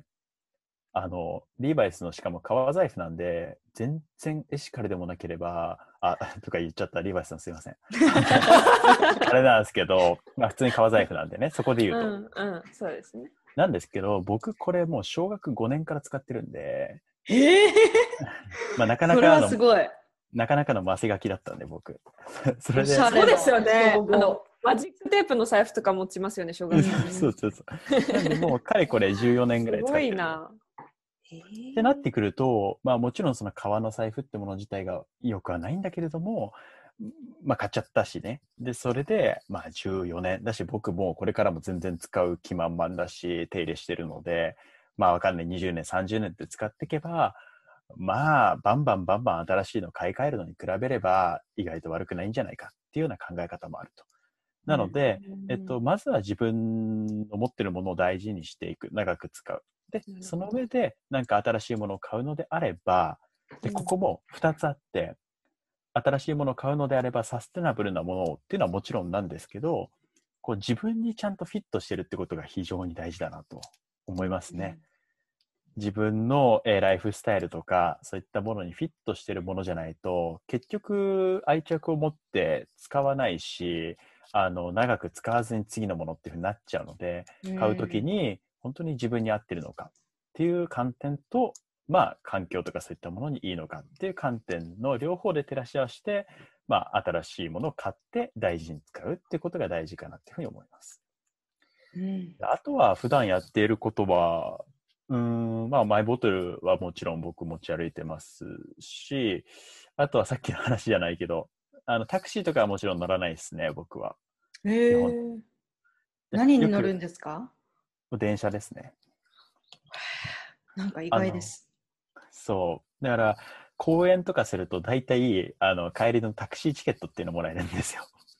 あの、リーバイスのしかも革財布なんで、全然エシカルでもなければ、あ、とか言っちゃった、リーバイスさんすいません。あれなんですけど、まあ普通に革財布なんでね、そこで言うと。 うん、うん、そうですね。 なんですけど、僕これもう小学ごねんから使ってるんで、 えー、 まあなかなかの、 すごいなかなかのマセガキだったんで、僕。それで。 そうですよね。あの、マジックテープの財布とか持ちますよね、小学生、ね。 そうそうそう。なんでもうかれこれじゅうよねんぐらい使ってる。 すごいな。 ってなってくると、まあもちろんその革の財布ってもの自体が良くはないんだけれども、まあ買っちゃったしね。で、それで、まあじゅうよねんだし、僕もこれからも全然使う気満々だし、手入れしてるので、まあわかんない、にじゅうねん、さんじゅうねんって使っていけば、まあ、バンバンバンバン新しいの買い替えるのに比べれば、意外と悪くないんじゃないかっていうような考え方もあると。なので、えっと、まずは自分の持ってるものを大事にしていく、長く使う。で、その上で、なんか新しいものを買うのであれば、で、ここもふたつあって、新しいものを買うのであれば、サステナブルなものをっていうのはもちろんなんですけど、こう自分にちゃんとフィットしてるってことが非常に大事だなと思いますね。うん、自分の、えー、ライフスタイルとか、そういったものにフィットしてるものじゃないと、結局愛着を持って使わないし、あの、長く使わずに次のものっていうふうになっちゃうので、買うときに本当に自分に合ってるのかっていう観点と、まあ、環境とかそういったものにいいのかっていう観点の両方で照らし合わせて、まあ、新しいものを買って大事に使うっていうことが大事かなっていうふうに思います。うん、あとは普段やっていることは、うーん、まあ、マイボトルはもちろん僕持ち歩いてますし、あとはさっきの話じゃないけど、あのタクシーとかはもちろん乗らないですね、僕は。 へー。何に乗るんですか？ 電車ですね。 なんか意外です。 そう。だから、公園とかすると大体、あの、帰りのタクシーチケットっていうのもらえるんですよ。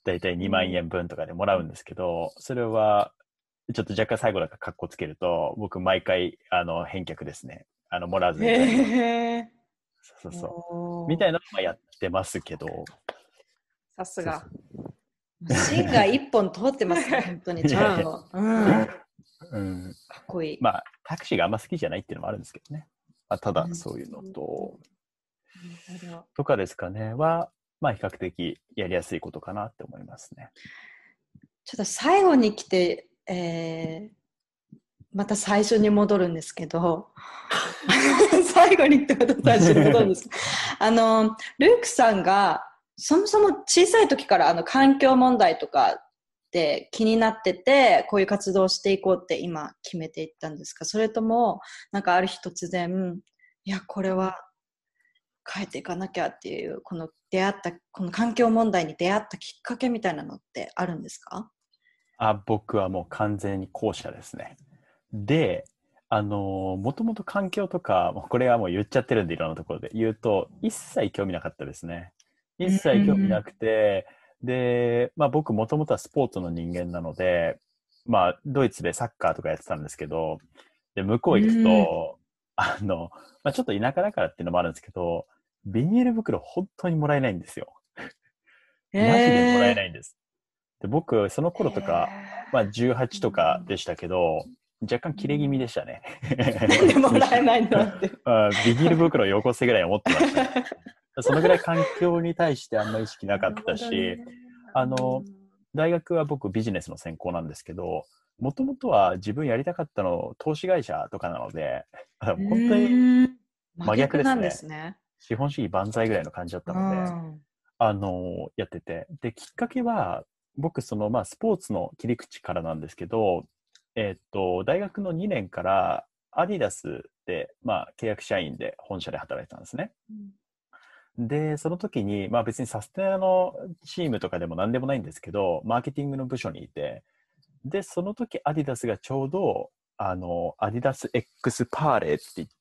だいたいにまんえんぶんとかでもらうんですけど、それはちょっと若干最後だからカッコつけると、僕毎回あの返却ですね。あのもらわずに帰ります。 へー。 そうそうそう。 おーみたいなのはやってますけど。 さすが。 芯が一本通ってますね、本当にちゃんと。うん。 うん、 かっこいい。 まあ、タクシーがあんま好きじゃないっていうのもあるんですけどね。まあ、ただ、そういうのと、 うん、 とかですかね、は、まあ、比較的やりやすいことかなって思いますね。 ちょっと最後に来て、えー、また最初に戻るんですけど、最後に来てまた最初に戻るんですけど、あの、ルークさんが、そもそも小さい時からあの環境問題とかって気になってて、こういう活動をしていこうって今決めていったんですか？それとも、なんかある日突然、いや、これは変えていかなきゃっていう、この出会った、この環境問題に出会ったきっかけみたいなのってあるんですか？ あ、僕はもう完全に後者ですね。で、あのー、もともと環境とか、これはもう言っちゃってるんでいろんなところで言うと、一切興味なかったですね。一切興味なくて、で、まあ僕もともとはスポーツの人間なので、まあドイツでサッカーとかやってたんですけど、で、向こう行くと、あの、まあちょっと田舎だからっていうのもあるんですけど、ビニール袋本当にもらえないんですよ。マジでもらえないんです。で、僕、その頃とか、まあじゅうはちとかでしたけど、若干切れ気味でしたね。 なんでもらえないんだって。 ビニール袋よこせぐらい思ってました、ね。そのぐらい環境に対してあんまり意識なかったし、ね、あの、大学は僕ビジネスの専攻なんですけど、もともとは自分やりたかったの投資会社とかなので、本当に真逆ですね。 真逆なんですね。 資本主義万歳ぐらいの感じだったので、あの、やってて。で、きっかけは、僕、その、まあ、スポーツの切り口からなんですけど、えっと、大学のにねんからアディダスで、まあ、契約社員で本社で働いてたんですね。うん、で、その時に、まあ別にサステナのチームとかでも何でもないんですけど、マーケティングの部署にいて、で、その時アディダスがちょうど、あの、アディダス X パーレーって言って、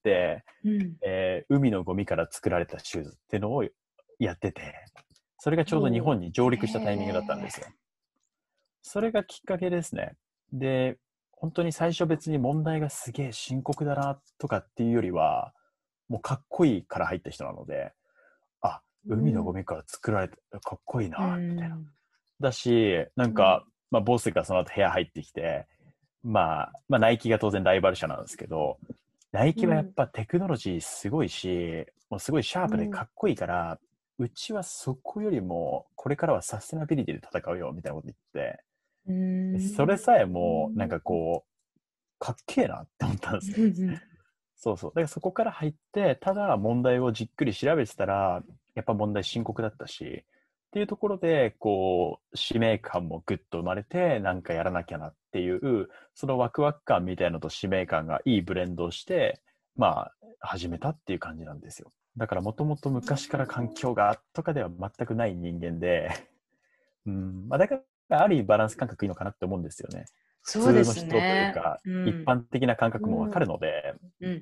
うんえー、海のゴミから作られたシューズっていうのをやってて、それがちょうど日本に上陸したタイミングだったんですよ。それがきっかけですね。で、本当に最初別に問題がすげえ深刻だなとかっていうよりは、もうかっこいいから入った人なので、あ、海のゴミから作られてかっこいいな、みたいな。うん、だし、なんか、まあ、ボスがその後部屋入ってきて、まあ、まあ、ナイキが当然ライバル社なんですけど、ナイキはやっぱテクノロジーすごいし、もうすごいシャープでかっこいいから、うん、うちはそこよりも、これからはサステナビリティで戦うよ、みたいなこと言って、うんそれさえも、なんかこう、かっけえなって思ったんですよ。そうそう。だからそこから入って、ただ問題をじっくり調べてたら、やっぱ問題深刻だったし、っていうところで、こう、使命感もぐっと生まれて、なんかやらなきゃなっていう、そのワクワク感みたいなのと使命感がいいブレンドをして、まあ、始めたっていう感じなんですよ。だからもともと昔から環境がとかでは全くない人間で、うん、まあだからある意味バランス感覚いいのかなって思うんですよね。 そうですね。 普通の人というか、うん、一般的な感覚もわかるので、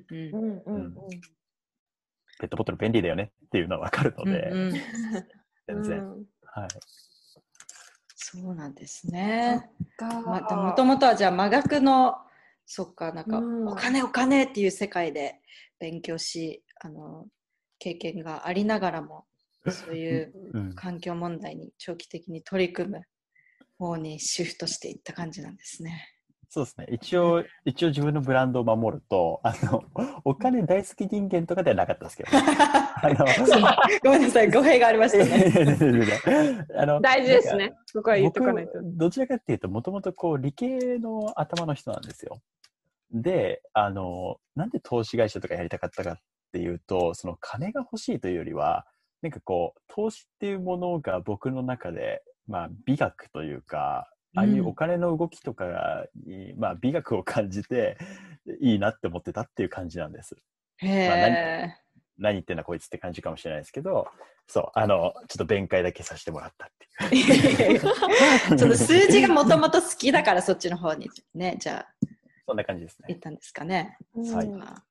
ペットボトル便利だよねっていうのはわかるので、うんうん、全然、うん、はい。 そうなんですね。またもともとはじゃあ真逆の、そっか、なんか、うん、お金お金っていう世界で勉強し、あの経験がありながらも、そういう環境問題に長期的に取り組む方にシフトしていった感じなんですね。 そうですね。一応、一応自分のブランドを守ると、あの、お金大好き人間とかではなかったですけど、ね、あのごめんなさい、語弊がありましたね。 あの大事ですね。そこは言っとかないと。 どちらかっていうと、もともとこう、理系の頭の人なんですよ。で、あの、なんで投資会社とかやりたかったかっていうと、その金が欲しいというよりは、なんかこう、投資っていうものが僕の中で、まあ、美学というか、ああいうお金の動きとかに、うん、まあ、美学を感じていいなって思ってたっていう感じなんです。 へまあ、何, 何言ってんだこいつって感じかもしれないですけど、そう、あの、ちょっと弁解だけさせてもらったっていう。 その数字がもともと好きだからそっちの方にね、じゃあ。 そんな感じですね。 行ったんですかね。 はい。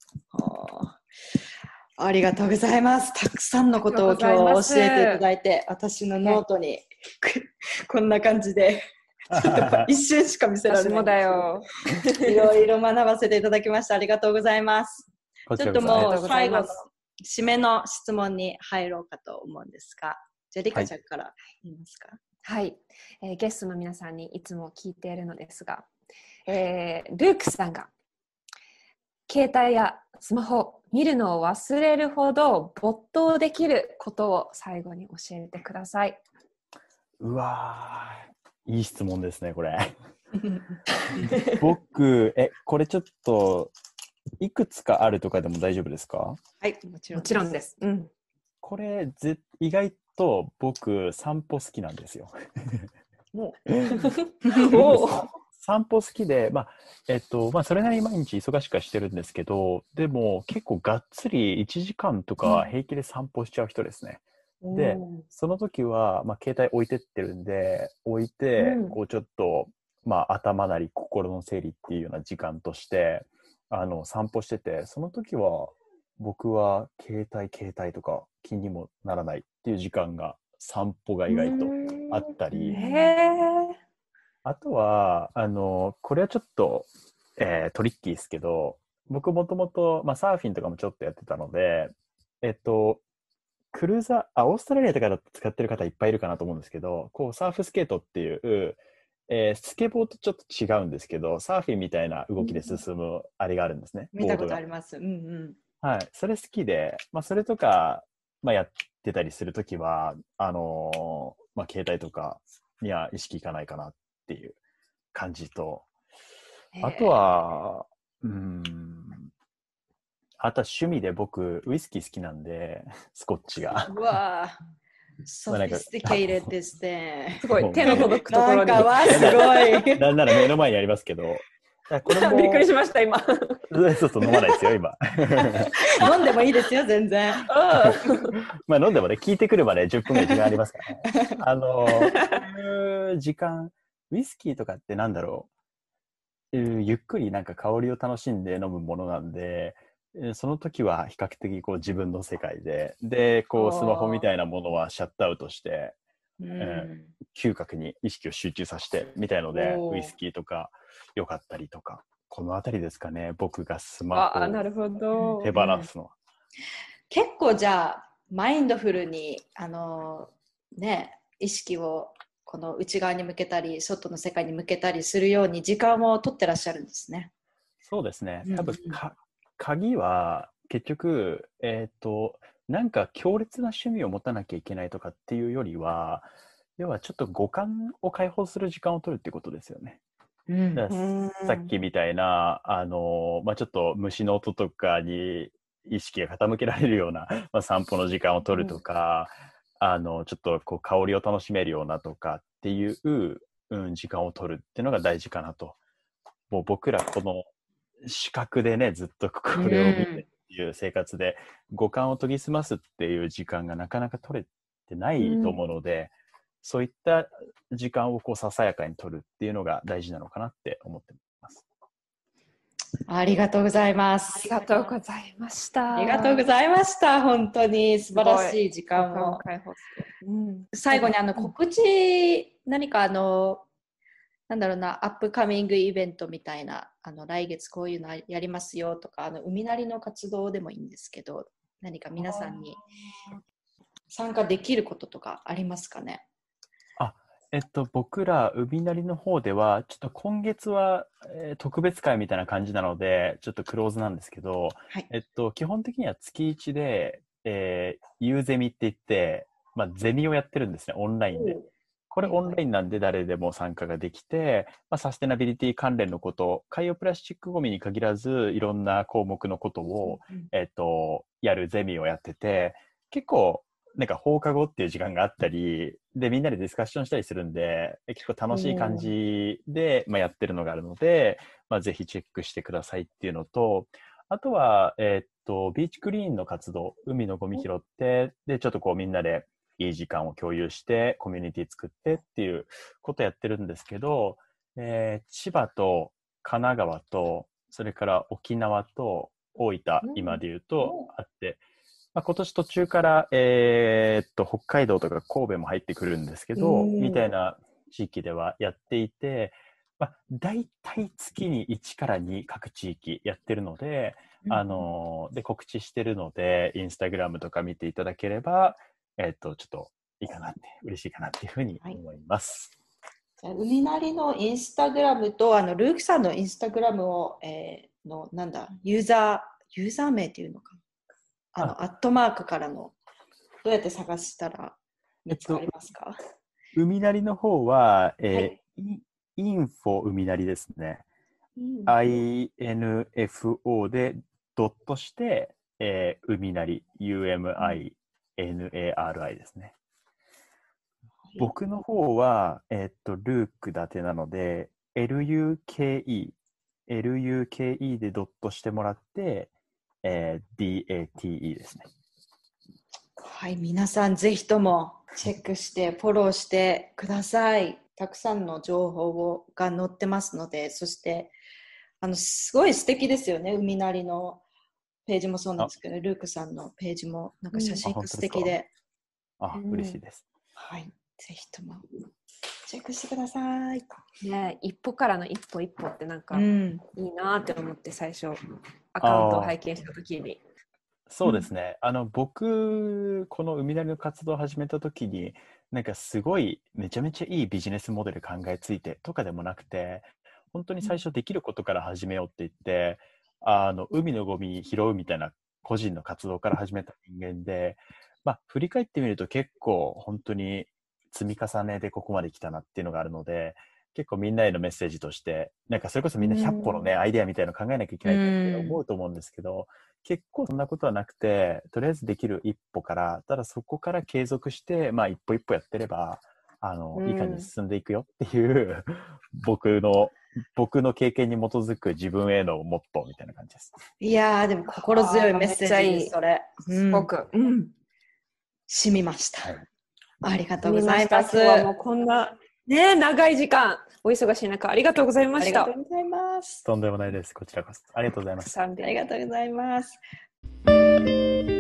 ありがとうございます。たくさんのことを今日教えていただいて、私のノートにこんな感じで。ちょっと一瞬しか見せられない。 私もだよ。 いろいろ学ばせていただきました。ありがとうございます。ちょっともう最後の締めの質問に入ろうかと思うんですが、じゃあリカちゃんから言いますか。 はい、えー、ゲストの皆さんにいつも聞いているのですが、えー、ルークさんが携帯やスマホ見るのを忘れるほど没頭できることを最後に教えてください。 うわー、いい質問ですねこれ。僕えこれちょっといくつかあるとかでも大丈夫ですか？ はい、もちろんです。 もちろんです。うん、 これぜ意外と僕散歩好きなんですよ。散歩好きで、まあえっとまあ、それなりに毎日忙しくはしてるんですけど、でも結構がっつりいちじかんとか平気で散歩しちゃう人ですね。うん、でその時は、まあ、携帯置いてってるんで置いて、うん、こうちょっと、まあ、頭なり心の整理っていうような時間としてあの散歩してて、その時は僕は携帯携帯とか気にもならないっていう時間が散歩が意外とあったり、あとはあのこれはちょっと、えー、トリッキーですけど、僕もともとサーフィンとかもちょっとやってたので、えっとクルーザーあオーストラリアとかだと使ってる方いっぱいいるかなと思うんですけど、こうサーフスケートっていう、えー、スケボーとちょっと違うんですけど、サーフィンみたいな動きで進むあれがあるんですね。 見たことあります。うんうん。 はい、それ好きで、まあ、それとか、まあ、やってたりするときは、あのーまあ、携帯とかには意識いかないかなっていう感じと、あとは、うーん、あとは趣味で僕、ウイスキー好きなんで、スコッチが。 うわぁ。ソフィスティケイテッドですね。 すごい、手の届くところに。 なんかわ、すごい。 なんなら目の前にありますけど、 これもびっくりしました今。 そうそう飲まないですよ今。 飲んでもいいですよ全然。 まあ飲んでもね、聞いてくるまでじゅっぷんぐらい時間ありますからね。あのー、時間ウイスキーとかってなんだろう、ゆっくりなんか香りを楽しんで飲むものなんで、その時は比較的こう自分の世界ででこうスマホみたいなものはシャットアウトして、うん、嗅覚に意識を集中させてみたいので、ウイスキーとか良かったりとか、このあたりですかね、僕がスマホを手放すのは。 結構じゃあマインドフルにあのね意識をこの内側に向けたり外の世界に向けたりするように時間を取ってらっしゃるんですね。 そうですね、多分か、うん、鍵は結局えっとなんか強烈な趣味を持たなきゃいけないとかっていうよりは、要はちょっと五感を解放する時間を取るってことですよね。うん、さっきみたいなあの、まあ、ちょっと虫の音とかに意識が傾けられるような、まあ、散歩の時間を取るとか、うん、あのちょっとこう香りを楽しめるようなとかっていう、うん、時間を取るっていうのが大事かなと。もう僕らこの視覚でねずっとこれを見てっていう生活で、うん、五感を研ぎ澄ますっていう時間がなかなか取れてないと思うので、うん、そういった時間をこうささやかに取るっていうのが大事なのかなって思ってます。 ありがとうございます。 ありがとうございました。 ありがとうございました。本当に素晴らしい時間を。うん、最後にあの告知、何かあのなんだろうな、アップカミングイベントみたいな、あの来月こういうのやりますよとか、あの海なりの活動でもいいんですけど、何か皆さんに参加できることとかありますかね？ あ、えっと、僕ら海なりの方では、ちょっと今月は、えー、特別会みたいな感じなので、ちょっとクローズなんですけど、はい、えっと、基本的には月いちで、えー、ユーゼミって言って、まあ、ゼミをやってるんですね、オンラインで。これオンラインなんで誰でも参加ができて、まあ、サステナビリティ関連のこと、海洋プラスチックごみに限らずいろんな項目のことを、うん、えっと、やるゼミをやってて、結構なんか放課後っていう時間があったりで、みんなでディスカッションしたりするんで、結構楽しい感じで、まあ、やってるのがあるので、まあ、ぜひチェックしてくださいっていうのと、あとは、えっと、ビーチクリーンの活動、海のゴミ拾って、で、ちょっとこうみんなでいい時間を共有してコミュニティ作ってっていうことをやってるんですけど、えー、千葉と神奈川とそれから沖縄と大分、今で言うとあって、まあ、今年途中から、えー、っと北海道とか神戸も入ってくるんですけど、みたいな地域ではやっていて、まあ、大体月にいちからに各地域やってるので、うん、あので告知してるので、インスタグラムとか見ていただければ、えっと、ちょっといいかなって、嬉しいかなっていうふうに思います。 はい、じゃあ海なりのインスタグラムと、あの、ルークさんのインスタグラムを、えー、の、なんだ、ユーザー、ユーザー名っていうのかな。あの、あアットマークからの、どうやって探したら見つかりますか？ えっと、海なりの方は、えーはい、インフォ海なりですね。アイエヌエフオー でドットして、えー、海なり ユーエムアイエヌエーアールアイ ですね。僕の方は、えー、っと、ルークだてなので、エルユーケーイー、エルユーケーイー でドットしてもらって、えー、ディーエーティーイー ですね。 はい、皆さんぜひともチェックしてフォローしてください。たくさんの情報をが載ってますので、そしてあのすごい素敵ですよね。海なりのページもそうなんですけど、ルークさんのページもなんか写真が素敵で、 うん、あ、嬉しいです。 はい、ぜひともチェックしてください。 ね、一歩からの一歩一歩ってなんかいいなって思って、最初アカウントを拝見した時に。 そうですね、うん、あの僕この海なりの活動を始めた時になんかすごいめちゃめちゃいいビジネスモデル考えついてとかでもなくて、本当に最初できることから始めようって言って、うん、あの海のゴミ拾うみたいな個人の活動から始めた人間で、まあ、振り返ってみると結構本当に積み重ねでここまで来たなっていうのがあるので、結構みんなへのメッセージとしてなんかそれこそみんなひゃっぽのね、うん、アイデアみたいなの考えなきゃいけないって思うと思うんですけど、結構そんなことはなくて、とりあえずできる一歩から、ただそこから継続して、まあ一歩一歩やってれば、あの、うん、いい感じに進んでいくよっていう僕の、僕の経験に基づく自分へのモットーみたいな感じです。 いやー、でも心強いメッセージです、それ。 すごく。 うん。染みました。はい、ありがとうございます。 今日はもうこんな、ね、長い時間、お忙しい中、ありがとうございました。 ありがとうございます。 とんでもないです。こちらこそ。ありがとうございます。 ありがとうございます。